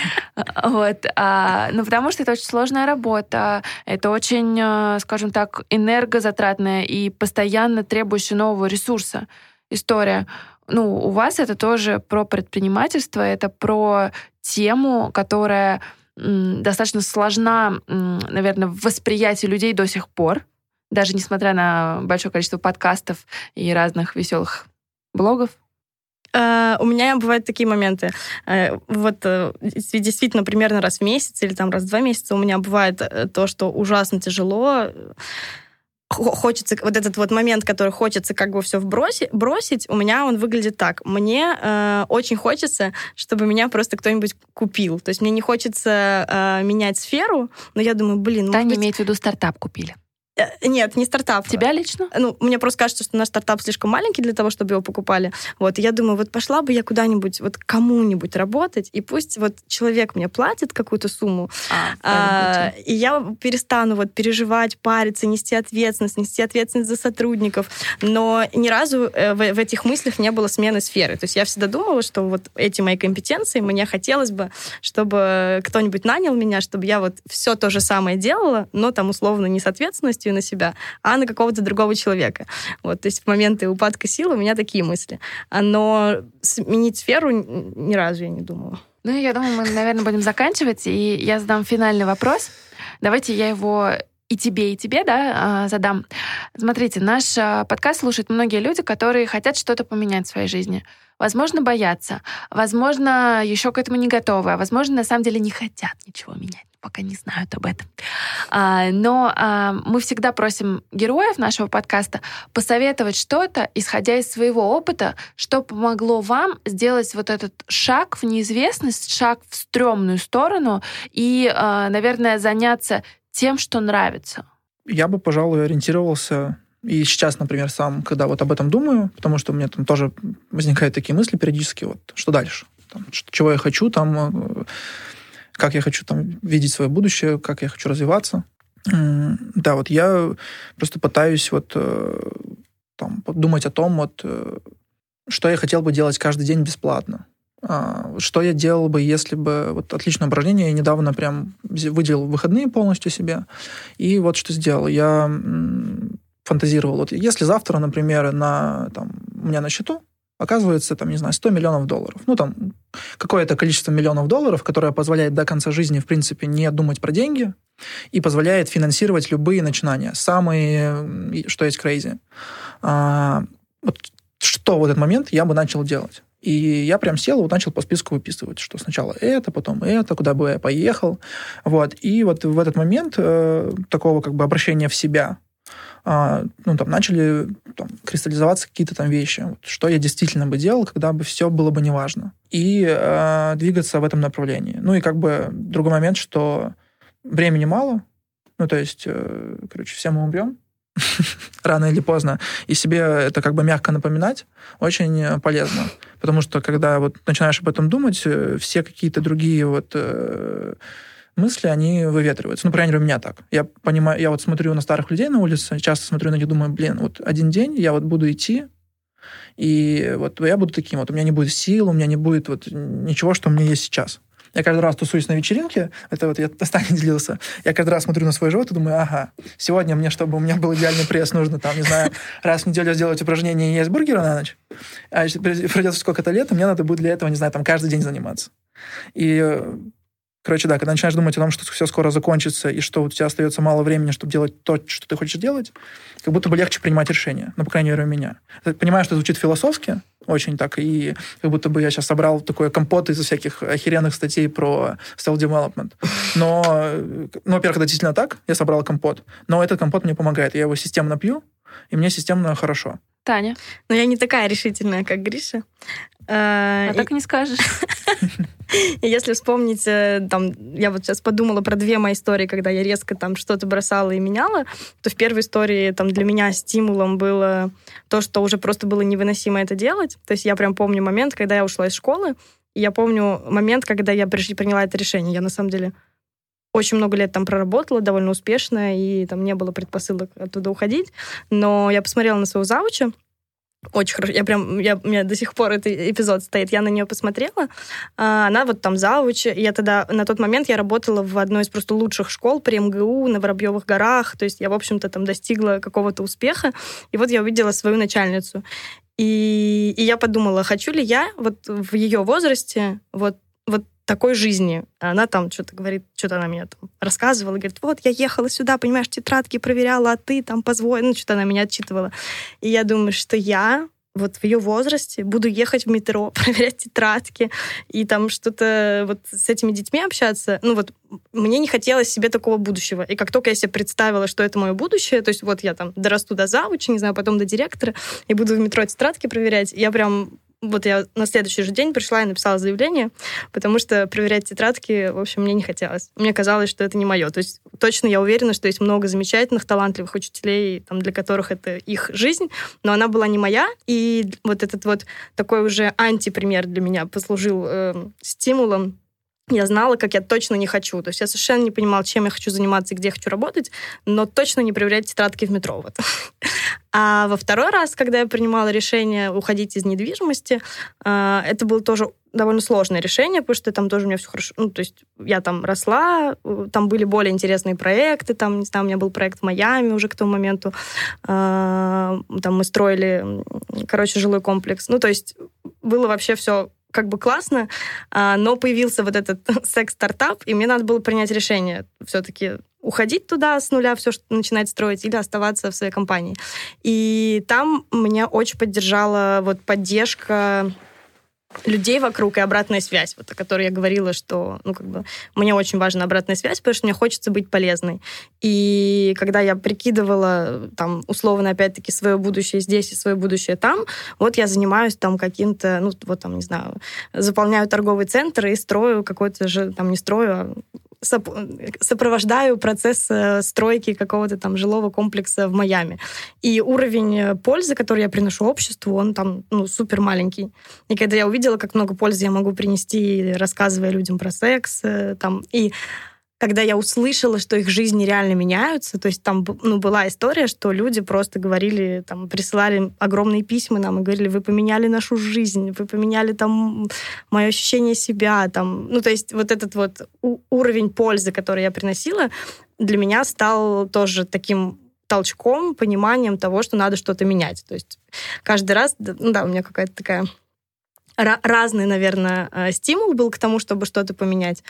Вот. Ну, потому что это очень сложная работа, это очень, скажем так, энергозатратная и постоянно требующая нового ресурса история. Ну, у вас это тоже про предпринимательство, это про тему, которая достаточно сложна, наверное, в восприятии людей до сих пор, даже несмотря на большое количество подкастов и разных веселых блогов. У меня бывают такие моменты. Вот действительно примерно раз в месяц или там раз в 2 месяца у меня бывает то, что ужасно тяжело. Хочется, вот этот вот момент, который хочется как бы все бросить, у меня он выглядит так. Мне очень хочется, чтобы меня просто кто-нибудь купил. То есть мне не хочется менять сферу, но я думаю, Таня имеет в виду стартап купили. Нет, не стартап. Тебя лично? Ну, мне просто кажется, что наш стартап слишком маленький для того, чтобы его покупали. Вот, и я думаю, вот пошла бы я куда-нибудь, вот кому-нибудь работать, и пусть вот человек мне платит какую-то сумму, и я перестану вот переживать, париться, нести ответственность за сотрудников. Но ни разу в этих мыслях не было смены сферы. То есть я всегда думала, что вот эти мои компетенции, мне хотелось бы, чтобы кто-нибудь нанял меня, чтобы я вот все то же самое делала, но там условно не с ответственностью на себя, а на какого-то другого человека. Вот, то есть в моменты упадка сил у меня такие мысли. Но сменить сферу ни разу я не думала. Ну, я думаю, мы, наверное, будем заканчивать, и я задам финальный вопрос. Давайте я его и тебе, да, задам. Смотрите, наш подкаст слушают многие люди, которые хотят что-то поменять в своей жизни. Возможно, боятся, возможно, еще к этому не готовы, а возможно, на самом деле не хотят ничего менять, пока не знают об этом. Но мы всегда просим героев нашего подкаста посоветовать что-то, исходя из своего опыта, что помогло вам сделать вот этот шаг в неизвестность, шаг в стрёмную сторону и, наверное, заняться тем, что нравится. Я бы, пожалуй, ориентировался... И сейчас, например, сам, когда вот об этом думаю, потому что у меня там тоже возникают такие мысли периодически, вот, что дальше? Там, чего я хочу, там, как я хочу там видеть свое будущее, как я хочу развиваться. Да, вот я просто пытаюсь вот там думать о том, вот, что я хотел бы делать каждый день бесплатно. Что я делал бы, если бы... Вот отличное упражнение, я недавно прям выделил выходные полностью себе, и вот что сделал. Я фантазировал. Вот если завтра, например, у меня на счету оказывается, там, не знаю, $100 миллионов. Ну, там, какое-то количество миллионов долларов, которое позволяет до конца жизни, в принципе, не думать про деньги и позволяет финансировать любые начинания. Самые, что есть, crazy. Вот что в этот момент я бы начал делать? И я прям сел и вот начал по списку выписывать, что сначала это, потом это, куда бы я поехал. Вот. И вот в этот момент такого как бы обращения в себя начали кристаллизоваться какие-то там вещи. Вот, что я действительно бы делал, когда бы все было бы неважно. И двигаться в этом направлении. Ну и как бы другой момент, что времени мало. Ну то есть, все мы умрем. Рано или поздно. И себе это как бы мягко напоминать очень полезно. Потому что когда вот начинаешь об этом думать, все какие-то другие вот мысли, они выветриваются. Ну, по крайней мере, у меня так. Я понимаю, я вот смотрю на старых людей на улице, часто смотрю на них, думаю, вот один день я вот буду идти, и вот я буду таким вот. У меня не будет сил, у меня не будет вот ничего, что у меня есть сейчас. Я каждый раз тусуюсь на вечеринке, это вот я с Таней делился, я каждый раз смотрю на свой живот и думаю, ага, сегодня мне, чтобы у меня был идеальный пресс, нужно там, не знаю, раз в неделю сделать упражнение и есть бургеры на ночь, а если пройдет сколько-то лет, мне надо будет для этого, не знаю, там каждый день заниматься. И, короче, да, когда начинаешь думать о том, что все скоро закончится и что у тебя остается мало времени, чтобы делать то, что ты хочешь делать, как будто бы легче принимать решения, ну, по крайней мере, у меня. Я понимаю, что это звучит философски, очень так, и как будто бы я сейчас собрал такой компот из всяких охеренных статей про self-development. Но, во-первых, это действительно так, я собрал компот, но этот компот мне помогает. Я его системно пью, и мне системно хорошо. Таня? Но я не такая решительная, как Гриша. Так и не скажешь. И если вспомнить, там, я вот сейчас подумала про 2 мои истории, когда я резко там что-то бросала и меняла, то в первой истории там для меня стимулом было то, что уже просто было невыносимо это делать. То есть я прям помню момент, когда я ушла из школы, и я помню момент, когда я приняла это решение. Я, на самом деле, очень много лет там проработала, довольно успешно, и там не было предпосылок оттуда уходить. Но я посмотрела на своего завуча, очень хорошо. У меня до сих пор этот эпизод стоит. Я на нее посмотрела. Она вот там завуч. Я тогда, на тот момент я работала в одной из просто лучших школ при МГУ на Воробьевых горах. То есть я, в общем-то, там достигла какого-то успеха. И вот я увидела свою начальницу. И я подумала, хочу ли я вот в ее возрасте вот такой жизни. Она там что-то говорит, что-то она мне там рассказывала, говорит, вот, я ехала сюда, понимаешь, тетрадки проверяла, а ты там позволила, ну, что-то она меня отчитывала. И я думаю, что я вот в ее возрасте буду ехать в метро, проверять тетрадки и там что-то вот с этими детьми общаться. Ну, вот мне не хотелось себе такого будущего. И как только я себе представила, что это мое будущее, то есть вот я там дорасту до завуча, не знаю, потом до директора, и буду в метро тетрадки проверять, я прям... Вот я на следующий же день пришла и написала заявление, потому что проверять тетрадки, в общем, мне не хотелось. Мне казалось, что это не мое. То есть точно я уверена, что есть много замечательных, талантливых учителей, там, для которых это их жизнь, но она была не моя. И вот этот вот такой уже антипример для меня послужил стимулом. Я знала, как я точно не хочу. То есть я совершенно не понимала, чем я хочу заниматься и где я хочу работать, но точно не проверять тетрадки в метро. Вот. А во второй раз, когда я принимала решение уходить из недвижимости, это было тоже довольно сложное решение, потому что там тоже у меня все хорошо. Ну, то есть я там росла, там были более интересные проекты, там, не знаю, у меня был проект в Майами уже к тому моменту. Там мы строили, жилой комплекс. Ну, то есть было вообще все как бы классно, но появился вот этот секс-стартап, и мне надо было принять решение все-таки уходить туда с нуля, все начинать строить, или оставаться в своей компании. И там меня очень поддержала вот поддержка людей вокруг и обратная связь, вот о которой я говорила, что мне очень важна обратная связь, потому что мне хочется быть полезной. И когда я прикидывала там условно опять-таки свое будущее здесь и свое будущее там, вот я занимаюсь там каким-то, не знаю, заполняю торговый центр и строю какой-то же, там не строю, а сопровождаю процесс стройки какого-то там жилого комплекса в Майами. И уровень пользы, который я приношу обществу, он там супер маленький. И когда я увидела, как много пользы я могу принести, рассказывая людям про секс, и когда я услышала, что их жизни реально меняются, то есть там была история, что люди просто говорили, там, присылали огромные письма нам и говорили, вы поменяли нашу жизнь, вы поменяли там мое ощущение себя, там, то есть вот этот вот уровень пользы, который я приносила, для меня стал тоже таким толчком, пониманием того, что надо что-то менять. То есть каждый раз, у меня какая-то такая... разный, наверное, стимул был к тому, чтобы что-то поменять.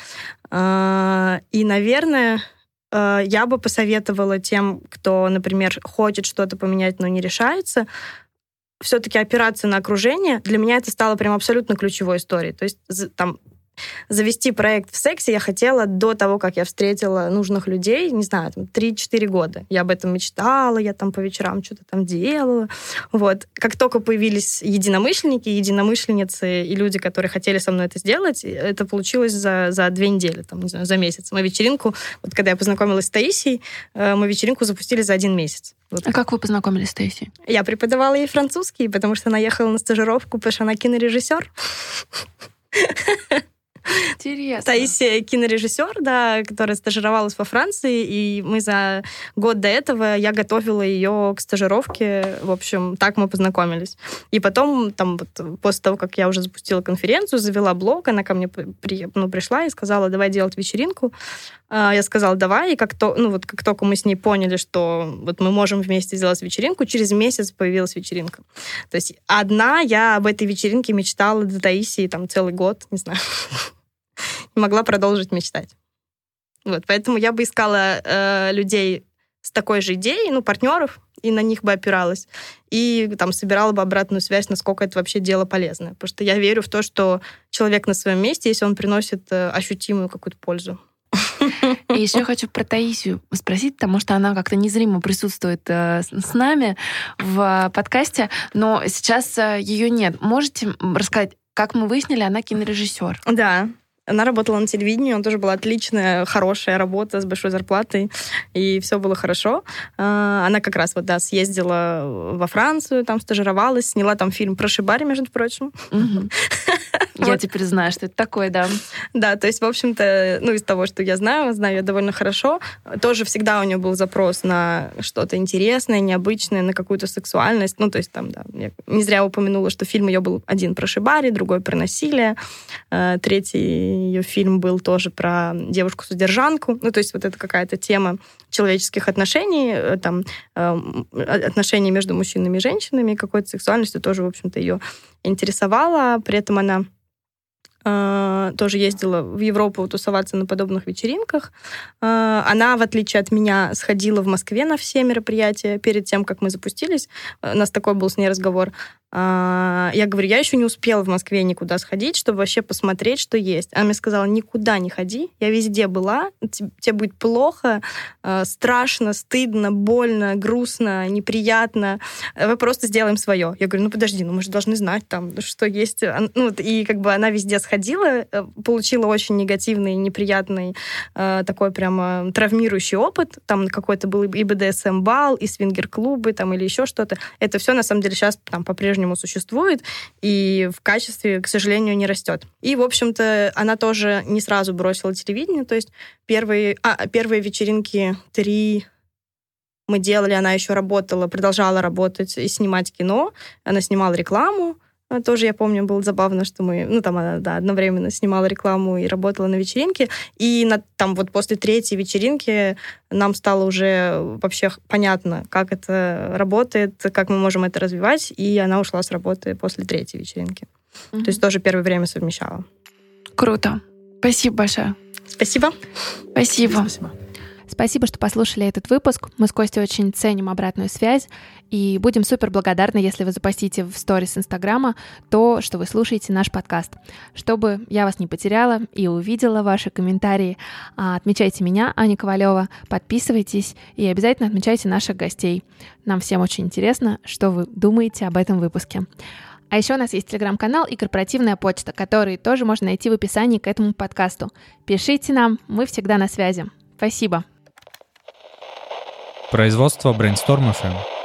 И, наверное, я бы посоветовала тем, кто, например, хочет что-то поменять, но не решается, все-таки опираться на окружение. Для меня это стало прям абсолютно ключевой историей. То есть там завести проект в сексе я хотела до того, как я встретила нужных людей, не знаю, 3-4 года. Я об этом мечтала, я там по вечерам что-то там делала. Вот. Как только появились единомышленники, единомышленницы и люди, которые хотели со мной это сделать, это получилось за 2 недели, там, не знаю, за месяц. Мы вечеринку, вот когда я познакомилась с Таисией, мы вечеринку запустили за 1 месяц. Вот. А как вы познакомились с Таисией? Я преподавала ей французский, потому что она ехала на стажировку, потому что она кинорежиссер. Интересно. Таисия кинорежиссер, да, которая стажировалась во Франции, и мы за год до этого я готовила ее к стажировке. В общем, так мы познакомились. И потом, там, вот, после того, как я уже запустила конференцию, завела блог, она ко мне пришла и сказала, давай делать вечеринку. Я сказала, давай, и как только мы с ней поняли, что вот мы можем вместе сделать вечеринку, через месяц появилась вечеринка. То есть одна я об этой вечеринке мечтала до Таисии там целый год, не знаю. Не могла продолжить мечтать. Вот, поэтому я бы искала людей с такой же идеей, партнеров, и на них бы опиралась. И там собирала бы обратную связь, насколько это вообще дело полезное. Потому что я верю в то, что человек на своем месте, если он приносит ощутимую какую-то пользу. И еще хочу про Таисию спросить, потому что она как-то незримо присутствует с нами в подкасте, но сейчас ее нет. Можете рассказать, как мы выяснили, она кинорежиссер? Да. Она работала на телевидении, она тоже была отличная, хорошая работа с большой зарплатой, и все было хорошо. Она как раз съездила во Францию, там стажировалась, сняла там фильм про Шибари, между прочим. Я теперь знаю, что это такое, да. Да, то есть, в общем-то, из того, что я знаю ее довольно хорошо. Тоже всегда у нее был запрос на что-то интересное, необычное, на какую-то сексуальность. То есть там, да, я не зря упомянула, что фильм ее был один про Шибари, другой про насилие, третий ее фильм был тоже про девушку-содержанку. То есть вот это какая-то тема человеческих отношений, там, отношений между мужчинами и женщинами, какой-то сексуальностью тоже, в общем-то, ее интересовала. При этом она тоже ездила в Европу тусоваться на подобных вечеринках. Она, в отличие от меня, сходила в Москве на все мероприятия перед тем, как мы запустились. У нас такой был с ней разговор. Я говорю, я еще не успела в Москве никуда сходить, чтобы вообще посмотреть, что есть. Она мне сказала, никуда не ходи, я везде была, тебе будет плохо, страшно, стыдно, больно, грустно, неприятно. Мы просто сделаем свое. Я говорю, подожди, мы же должны знать там, что есть. И она везде сходила, получила очень негативный, неприятный, такой прямо травмирующий опыт. Там какой-то был и БДСМ-бал, и свингер-клубы, там, или еще что-то. Это все, на самом деле, сейчас там по-прежнему существует, и в качестве, к сожалению, не растет. И, в общем-то, она тоже не сразу бросила телевидение, то есть первые вечеринки 3 мы делали, она еще работала, продолжала работать и снимать кино, она снимала рекламу, тоже, я помню, было забавно, что мы, она, да, одновременно снимала рекламу и работала на вечеринке. И после 3-й вечеринки нам стало уже вообще понятно, как это работает, как мы можем это развивать. И она ушла с работы после 3-й вечеринки. То есть тоже первое время совмещала. Круто. Спасибо большое. Спасибо. Спасибо. Спасибо, что послушали этот выпуск. Мы с Костей очень ценим обратную связь и будем супер благодарны, если вы запостите в сторис Инстаграма то, что вы слушаете наш подкаст. Чтобы я вас не потеряла и увидела ваши комментарии, отмечайте меня, Аня Ковалева, подписывайтесь и обязательно отмечайте наших гостей. Нам всем очень интересно, что вы думаете об этом выпуске. А еще у нас есть телеграм-канал и корпоративная почта, которые тоже можно найти в описании к этому подкасту. Пишите нам, мы всегда на связи. Спасибо. Производство Brainstorm FM.